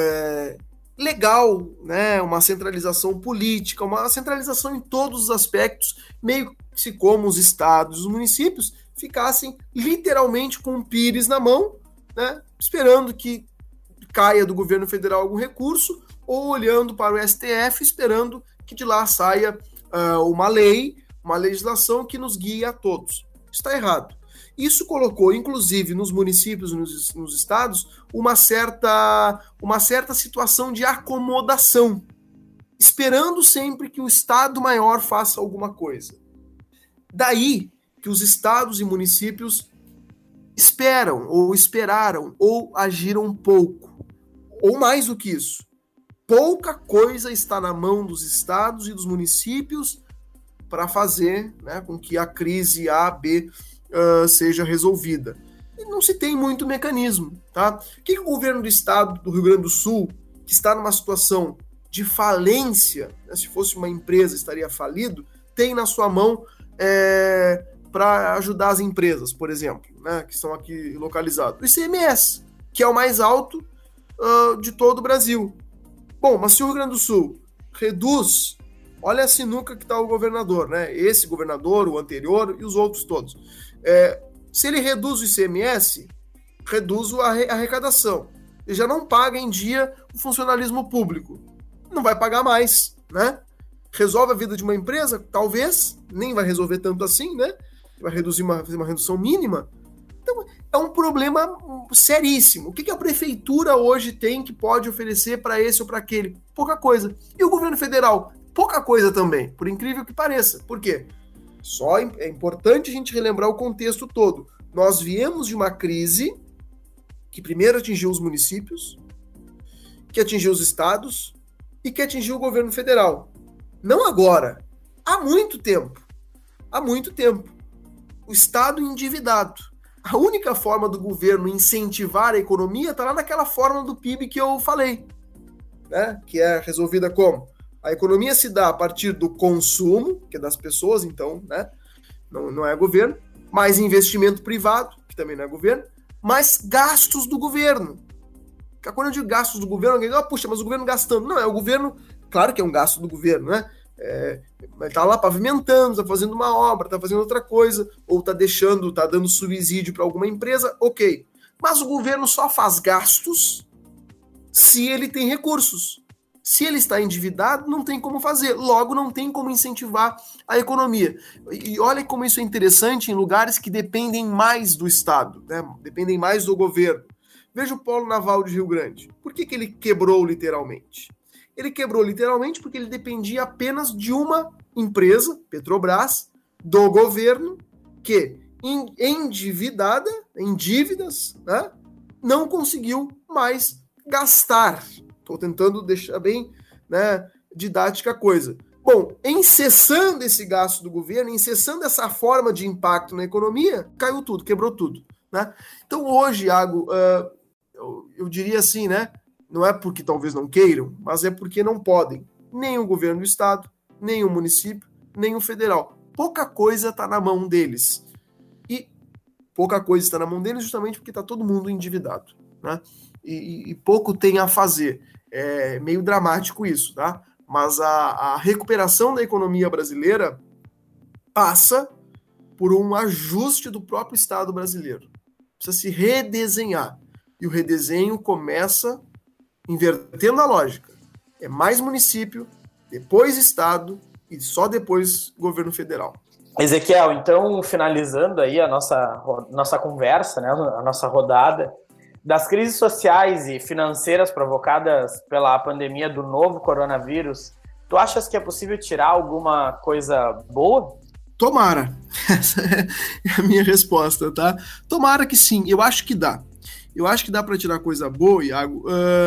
legal, né, uma centralização política, uma centralização em todos os aspectos, meio que como os estados e os municípios ficassem literalmente com o pires na mão, né, esperando que caia do governo federal algum recurso, ou olhando para o STF, esperando que de lá saia uma lei, uma legislação que nos guie a todos. Está errado. Isso colocou, inclusive, nos municípios e nos estados, uma certa situação de acomodação, esperando sempre que o Estado maior faça alguma coisa. Daí que os estados e municípios esperam, ou esperaram, ou agiram pouco. Ou mais do que isso. Pouca coisa está na mão dos estados e dos municípios para fazer, né, com que a crise A, B seja resolvida. E não se tem muito mecanismo. Tá? O que o governo do estado do Rio Grande do Sul, que está numa situação de falência, né, se fosse uma empresa estaria falido, tem na sua mão para ajudar as empresas, por exemplo, né, que estão aqui localizadas? O ICMS, que é o mais alto de todo o Brasil. Bom, mas se o Rio Grande do Sul reduz, olha a sinuca que está o governador, né? Esse governador, o anterior e os outros todos. Se ele reduz o ICMS, reduz a arrecadação. Ele já não paga em dia o funcionalismo público. Não vai pagar mais, né? Resolve a vida de uma empresa? Talvez, nem vai resolver tanto assim, né? Vai reduzir fazer uma redução mínima. Então, é um problema seríssimo. O que a prefeitura hoje tem que pode oferecer para esse ou para aquele? Pouca coisa. E o governo federal? Pouca coisa também, por incrível que pareça. Por quê? Só é importante a gente relembrar o contexto todo. Nós viemos de uma crise que primeiro atingiu os municípios, que atingiu os estados e que atingiu o governo federal. Não agora, há muito tempo. Há muito tempo. O Estado endividado. A única forma do governo incentivar a economia está lá naquela fórmula do PIB que eu falei, né? Que é resolvida como? A economia se dá a partir do consumo, que é das pessoas, então, né? Não é governo, mais investimento privado, que também não é governo, mais gastos do governo. Quando eu digo gastos do governo, alguém diz, puxa, mas o governo gastando. Não, é o governo, claro que é um gasto do governo, né? Ele tá lá pavimentando, tá fazendo uma obra, tá fazendo outra coisa, ou tá dando subsídio para alguma empresa, ok. Mas o governo só faz gastos se ele tem recursos. Se ele está endividado, não tem como fazer. Logo, não tem como incentivar a economia. E olha como isso é interessante em lugares que dependem mais do Estado, né? Dependem mais do governo. Veja o Polo Naval de Rio Grande. Por que ele quebrou literalmente? Ele quebrou literalmente porque ele dependia apenas de uma empresa, Petrobras, do governo, que, endividada, em dívidas, né, não conseguiu mais gastar. Estou tentando deixar bem, né, didática a coisa. Bom, em cessando esse gasto do governo, em cessando essa forma de impacto na economia, caiu tudo, quebrou tudo. Né? Então hoje, Iago, eu diria assim, né? Não é porque talvez não queiram, mas é porque não podem. Nem o governo do estado, nem o município, nem o federal. Pouca coisa está na mão deles. E pouca coisa está na mão deles justamente porque está todo mundo endividado. Né? E pouco tem a fazer. É meio dramático isso, tá? Mas a recuperação da economia brasileira passa por um ajuste do próprio Estado brasileiro. Precisa se redesenhar. E o redesenho começa invertendo a lógica. É mais município, depois Estado e só depois governo federal. Ezequiel, então, finalizando aí a nossa conversa, né, a nossa rodada, Das crises sociais e financeiras provocadas pela pandemia do novo coronavírus, tu achas que é possível tirar alguma coisa boa? Tomara. Essa é a minha resposta, tá? Tomara que sim. Eu acho que dá. Eu acho que dá para tirar coisa boa, Iago.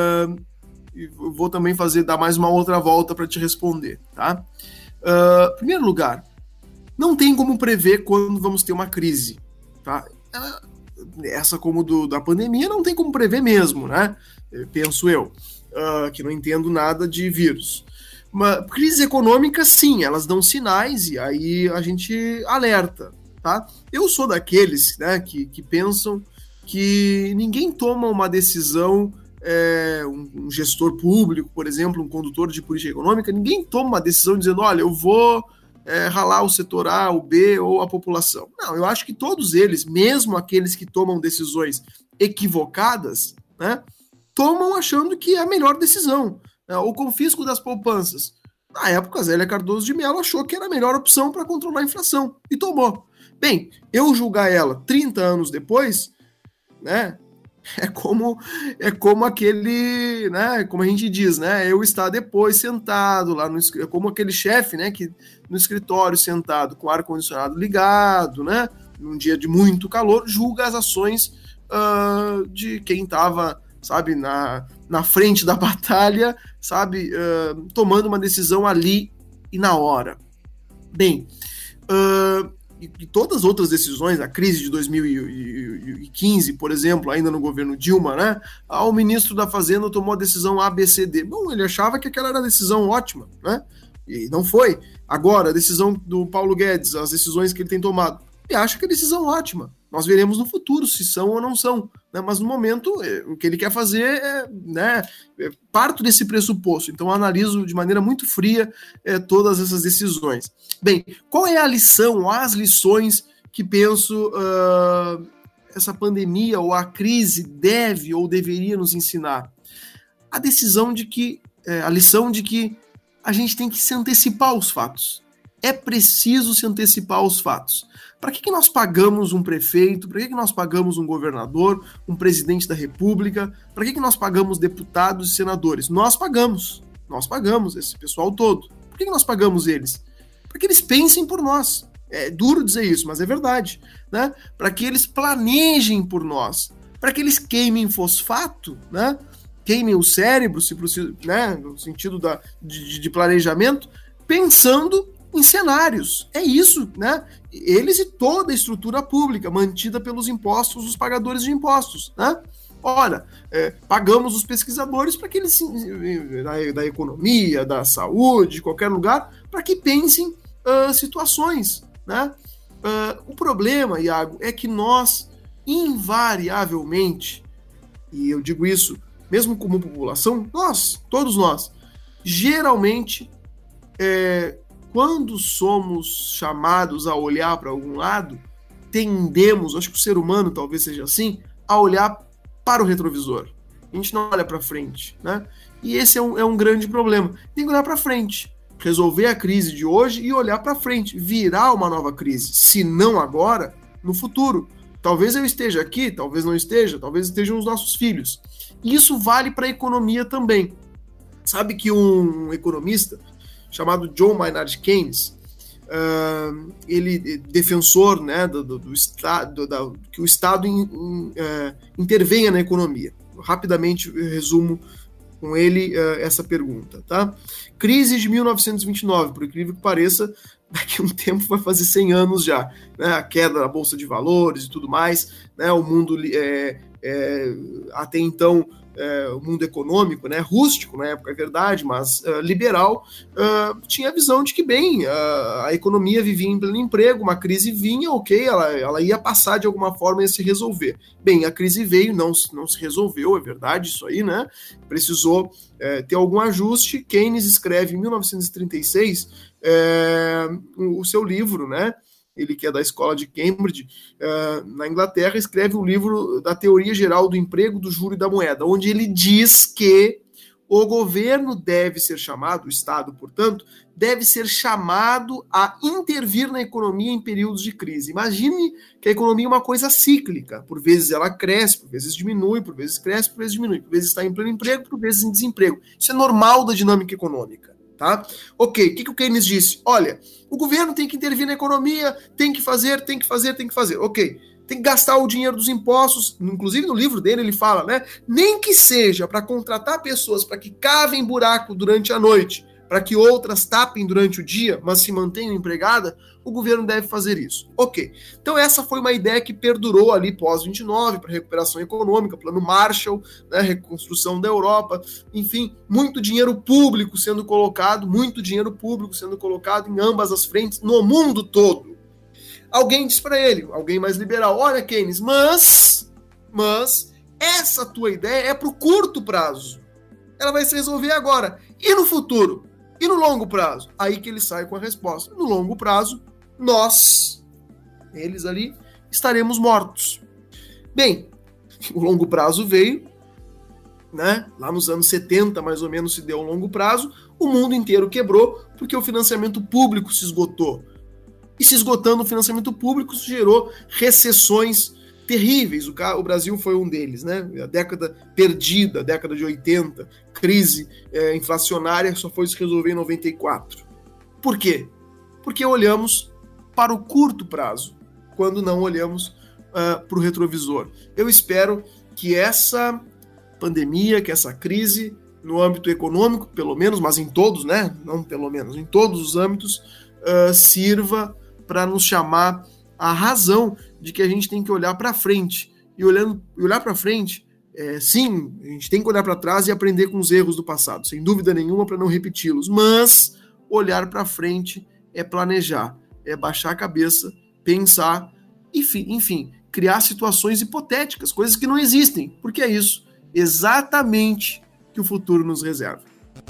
Eu vou também dar mais uma outra volta para te responder, tá? Em primeiro lugar, não tem como prever quando vamos ter uma crise, tá? Essa como da pandemia não tem como prever mesmo, né? Penso eu, que não entendo nada de vírus. Uma crise econômica, sim, elas dão sinais e aí a gente alerta, tá? Eu sou daqueles, né, que pensam que ninguém toma uma decisão, um gestor público, por exemplo, um condutor de política econômica, ninguém toma uma decisão dizendo, olha, eu vou ralar o setor A, o B ou a população. Não, eu acho que todos eles, mesmo aqueles que tomam decisões equivocadas, né, tomam achando que é a melhor decisão. O confisco das poupanças. Na época, a Zélia Cardoso de Mello achou que era a melhor opção para controlar a inflação e tomou. Bem, eu julgar ela 30 anos depois, né, é como aquele, né, como a gente diz, né, eu estar depois sentado lá é como aquele chefe, né, que no escritório sentado com o ar-condicionado ligado, né, num dia de muito calor, julga as ações de quem estava, sabe, na frente da batalha, sabe, tomando uma decisão ali e na hora. Bem, e todas as outras decisões, a crise de 2015, por exemplo, ainda no governo Dilma, né? O ministro da Fazenda tomou a decisão ABCD. Bom, ele achava que aquela era a decisão ótima, né? E não foi. Agora, a decisão do Paulo Guedes, as decisões que ele tem tomado, ele acha que é a decisão ótima. Nós veremos no futuro se são ou não são, né? Mas no momento, o que ele quer fazer parto desse pressuposto. Então, eu analiso de maneira muito fria todas essas decisões. Bem, qual é a lição, ou as lições que penso essa pandemia ou a crise deve ou deveria nos ensinar? A lição de que a gente tem que se antecipar aos fatos. É preciso se antecipar aos fatos. Para que nós pagamos um prefeito? Para que nós pagamos um governador, um presidente da república? Para que nós pagamos deputados e senadores? Nós pagamos esse pessoal todo. Por que nós pagamos eles? Para que eles pensem por nós. É duro dizer isso, mas é verdade, né? Para que eles planejem por nós. Para que eles queimem fosfato, né? Queimem o cérebro, né? No sentido de planejamento, pensando em cenários. É isso, né? Eles e toda a estrutura pública mantida pelos impostos, os pagadores de impostos, né? Ora, pagamos os pesquisadores para que eles, da economia, da saúde, de qualquer lugar, para que pensem situações, né? O problema, Iago, é que nós, invariavelmente, e eu digo isso mesmo como população, todos nós, geralmente, quando somos chamados a olhar para algum lado, tendemos, acho que o ser humano talvez seja assim, a olhar para o retrovisor. A gente não olha para frente, né? E esse é um grande problema. Tem que olhar para frente, resolver a crise de hoje e olhar para frente, virar uma nova crise. Se não agora, no futuro. Talvez eu esteja aqui, talvez não esteja, talvez estejam os nossos filhos. E isso vale para a economia também. Sabe que um economista chamado John Maynard Keynes, ele defensor, né, do Estado, que o Estado intervenha na economia. Rapidamente resumo com ele essa pergunta, tá? Crise de 1929, por incrível que pareça, daqui a um tempo vai fazer 100 anos já, né? A queda da Bolsa de Valores e tudo mais, né? O mundo até então o mundo econômico, né, rústico na época, é verdade, mas liberal, tinha a visão de que, bem, a economia vivia em pleno emprego, uma crise vinha, ok, ela ia passar de alguma forma e ia se resolver. Bem, a crise veio, não se resolveu, é verdade isso aí, né, precisou ter algum ajuste. Keynes escreve em 1936 o seu livro, né, ele que é da escola de Cambridge, na Inglaterra, escreve o livro da Teoria Geral do Emprego, do Juro e da Moeda, onde ele diz que O governo deve ser chamado, o Estado, portanto, deve ser chamado a intervir na economia em períodos de crise. Imagine que a economia é uma coisa cíclica. Por vezes ela cresce, por vezes diminui, por vezes cresce, por vezes diminui, por vezes está em pleno emprego, por vezes em desemprego. Isso é normal da dinâmica econômica. Tá? Ok, o que o Keynes disse? Olha, o governo tem que intervir na economia, tem que fazer. Ok, tem que gastar o dinheiro dos impostos, inclusive no livro dele ele fala, né? Nem que seja para contratar pessoas para que cavem buraco durante a noite, para que outras tapem durante o dia, mas se mantenham empregadas, o governo deve fazer isso. Ok, então essa foi uma ideia que perdurou ali pós-29, para recuperação econômica, plano Marshall, né, reconstrução da Europa, enfim, muito dinheiro público sendo colocado em ambas as frentes, no mundo todo. Alguém diz para ele, alguém mais liberal, olha Keynes, mas essa tua ideia é para o curto prazo. Ela vai se resolver agora. E no futuro? E no longo prazo? Aí que ele sai com a resposta. No longo prazo, eles ali, estaremos mortos. Bem, o longo prazo veio, né? Lá nos anos 70, mais ou menos, se deu um longo prazo. O mundo inteiro quebrou porque o financiamento público se esgotou. E se esgotando o financiamento público, isso gerou recessões terríveis. O Brasil foi um deles, né? A década perdida, a década de 80, crise inflacionária, só foi se resolver em 94. Por quê? Porque olhamos para o curto prazo, quando não olhamos para o retrovisor. Eu espero que essa pandemia, que essa crise, no âmbito econômico, pelo menos, mas em todos, né? Não pelo menos, em todos os âmbitos, sirva para nos chamar a razão de que a gente tem que olhar para frente. E olhar para frente, sim, a gente tem que olhar para trás e aprender com os erros do passado, sem dúvida nenhuma, para não repeti-los. Mas olhar para frente é planejar, é baixar a cabeça, pensar, enfim, criar situações hipotéticas, coisas que não existem, porque é isso exatamente que o futuro nos reserva.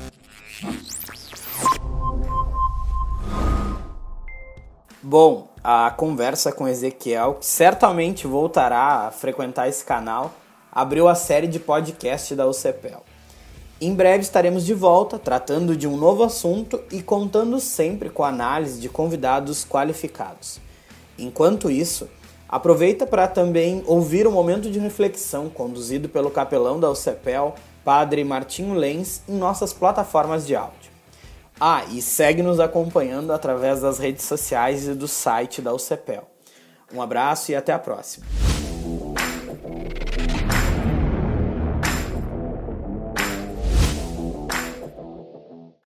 Bom, a conversa com Ezequiel, que certamente voltará a frequentar esse canal, abriu a série de podcast da UCPEL. Em breve estaremos de volta, tratando de um novo assunto e contando sempre com a análise de convidados qualificados. Enquanto isso, aproveita para também ouvir o momento de reflexão conduzido pelo capelão da UCPEL, Padre Martinho Lenz, em nossas plataformas de áudio. E segue nos acompanhando através das redes sociais e do site da UCPEL. Um abraço e até a próxima.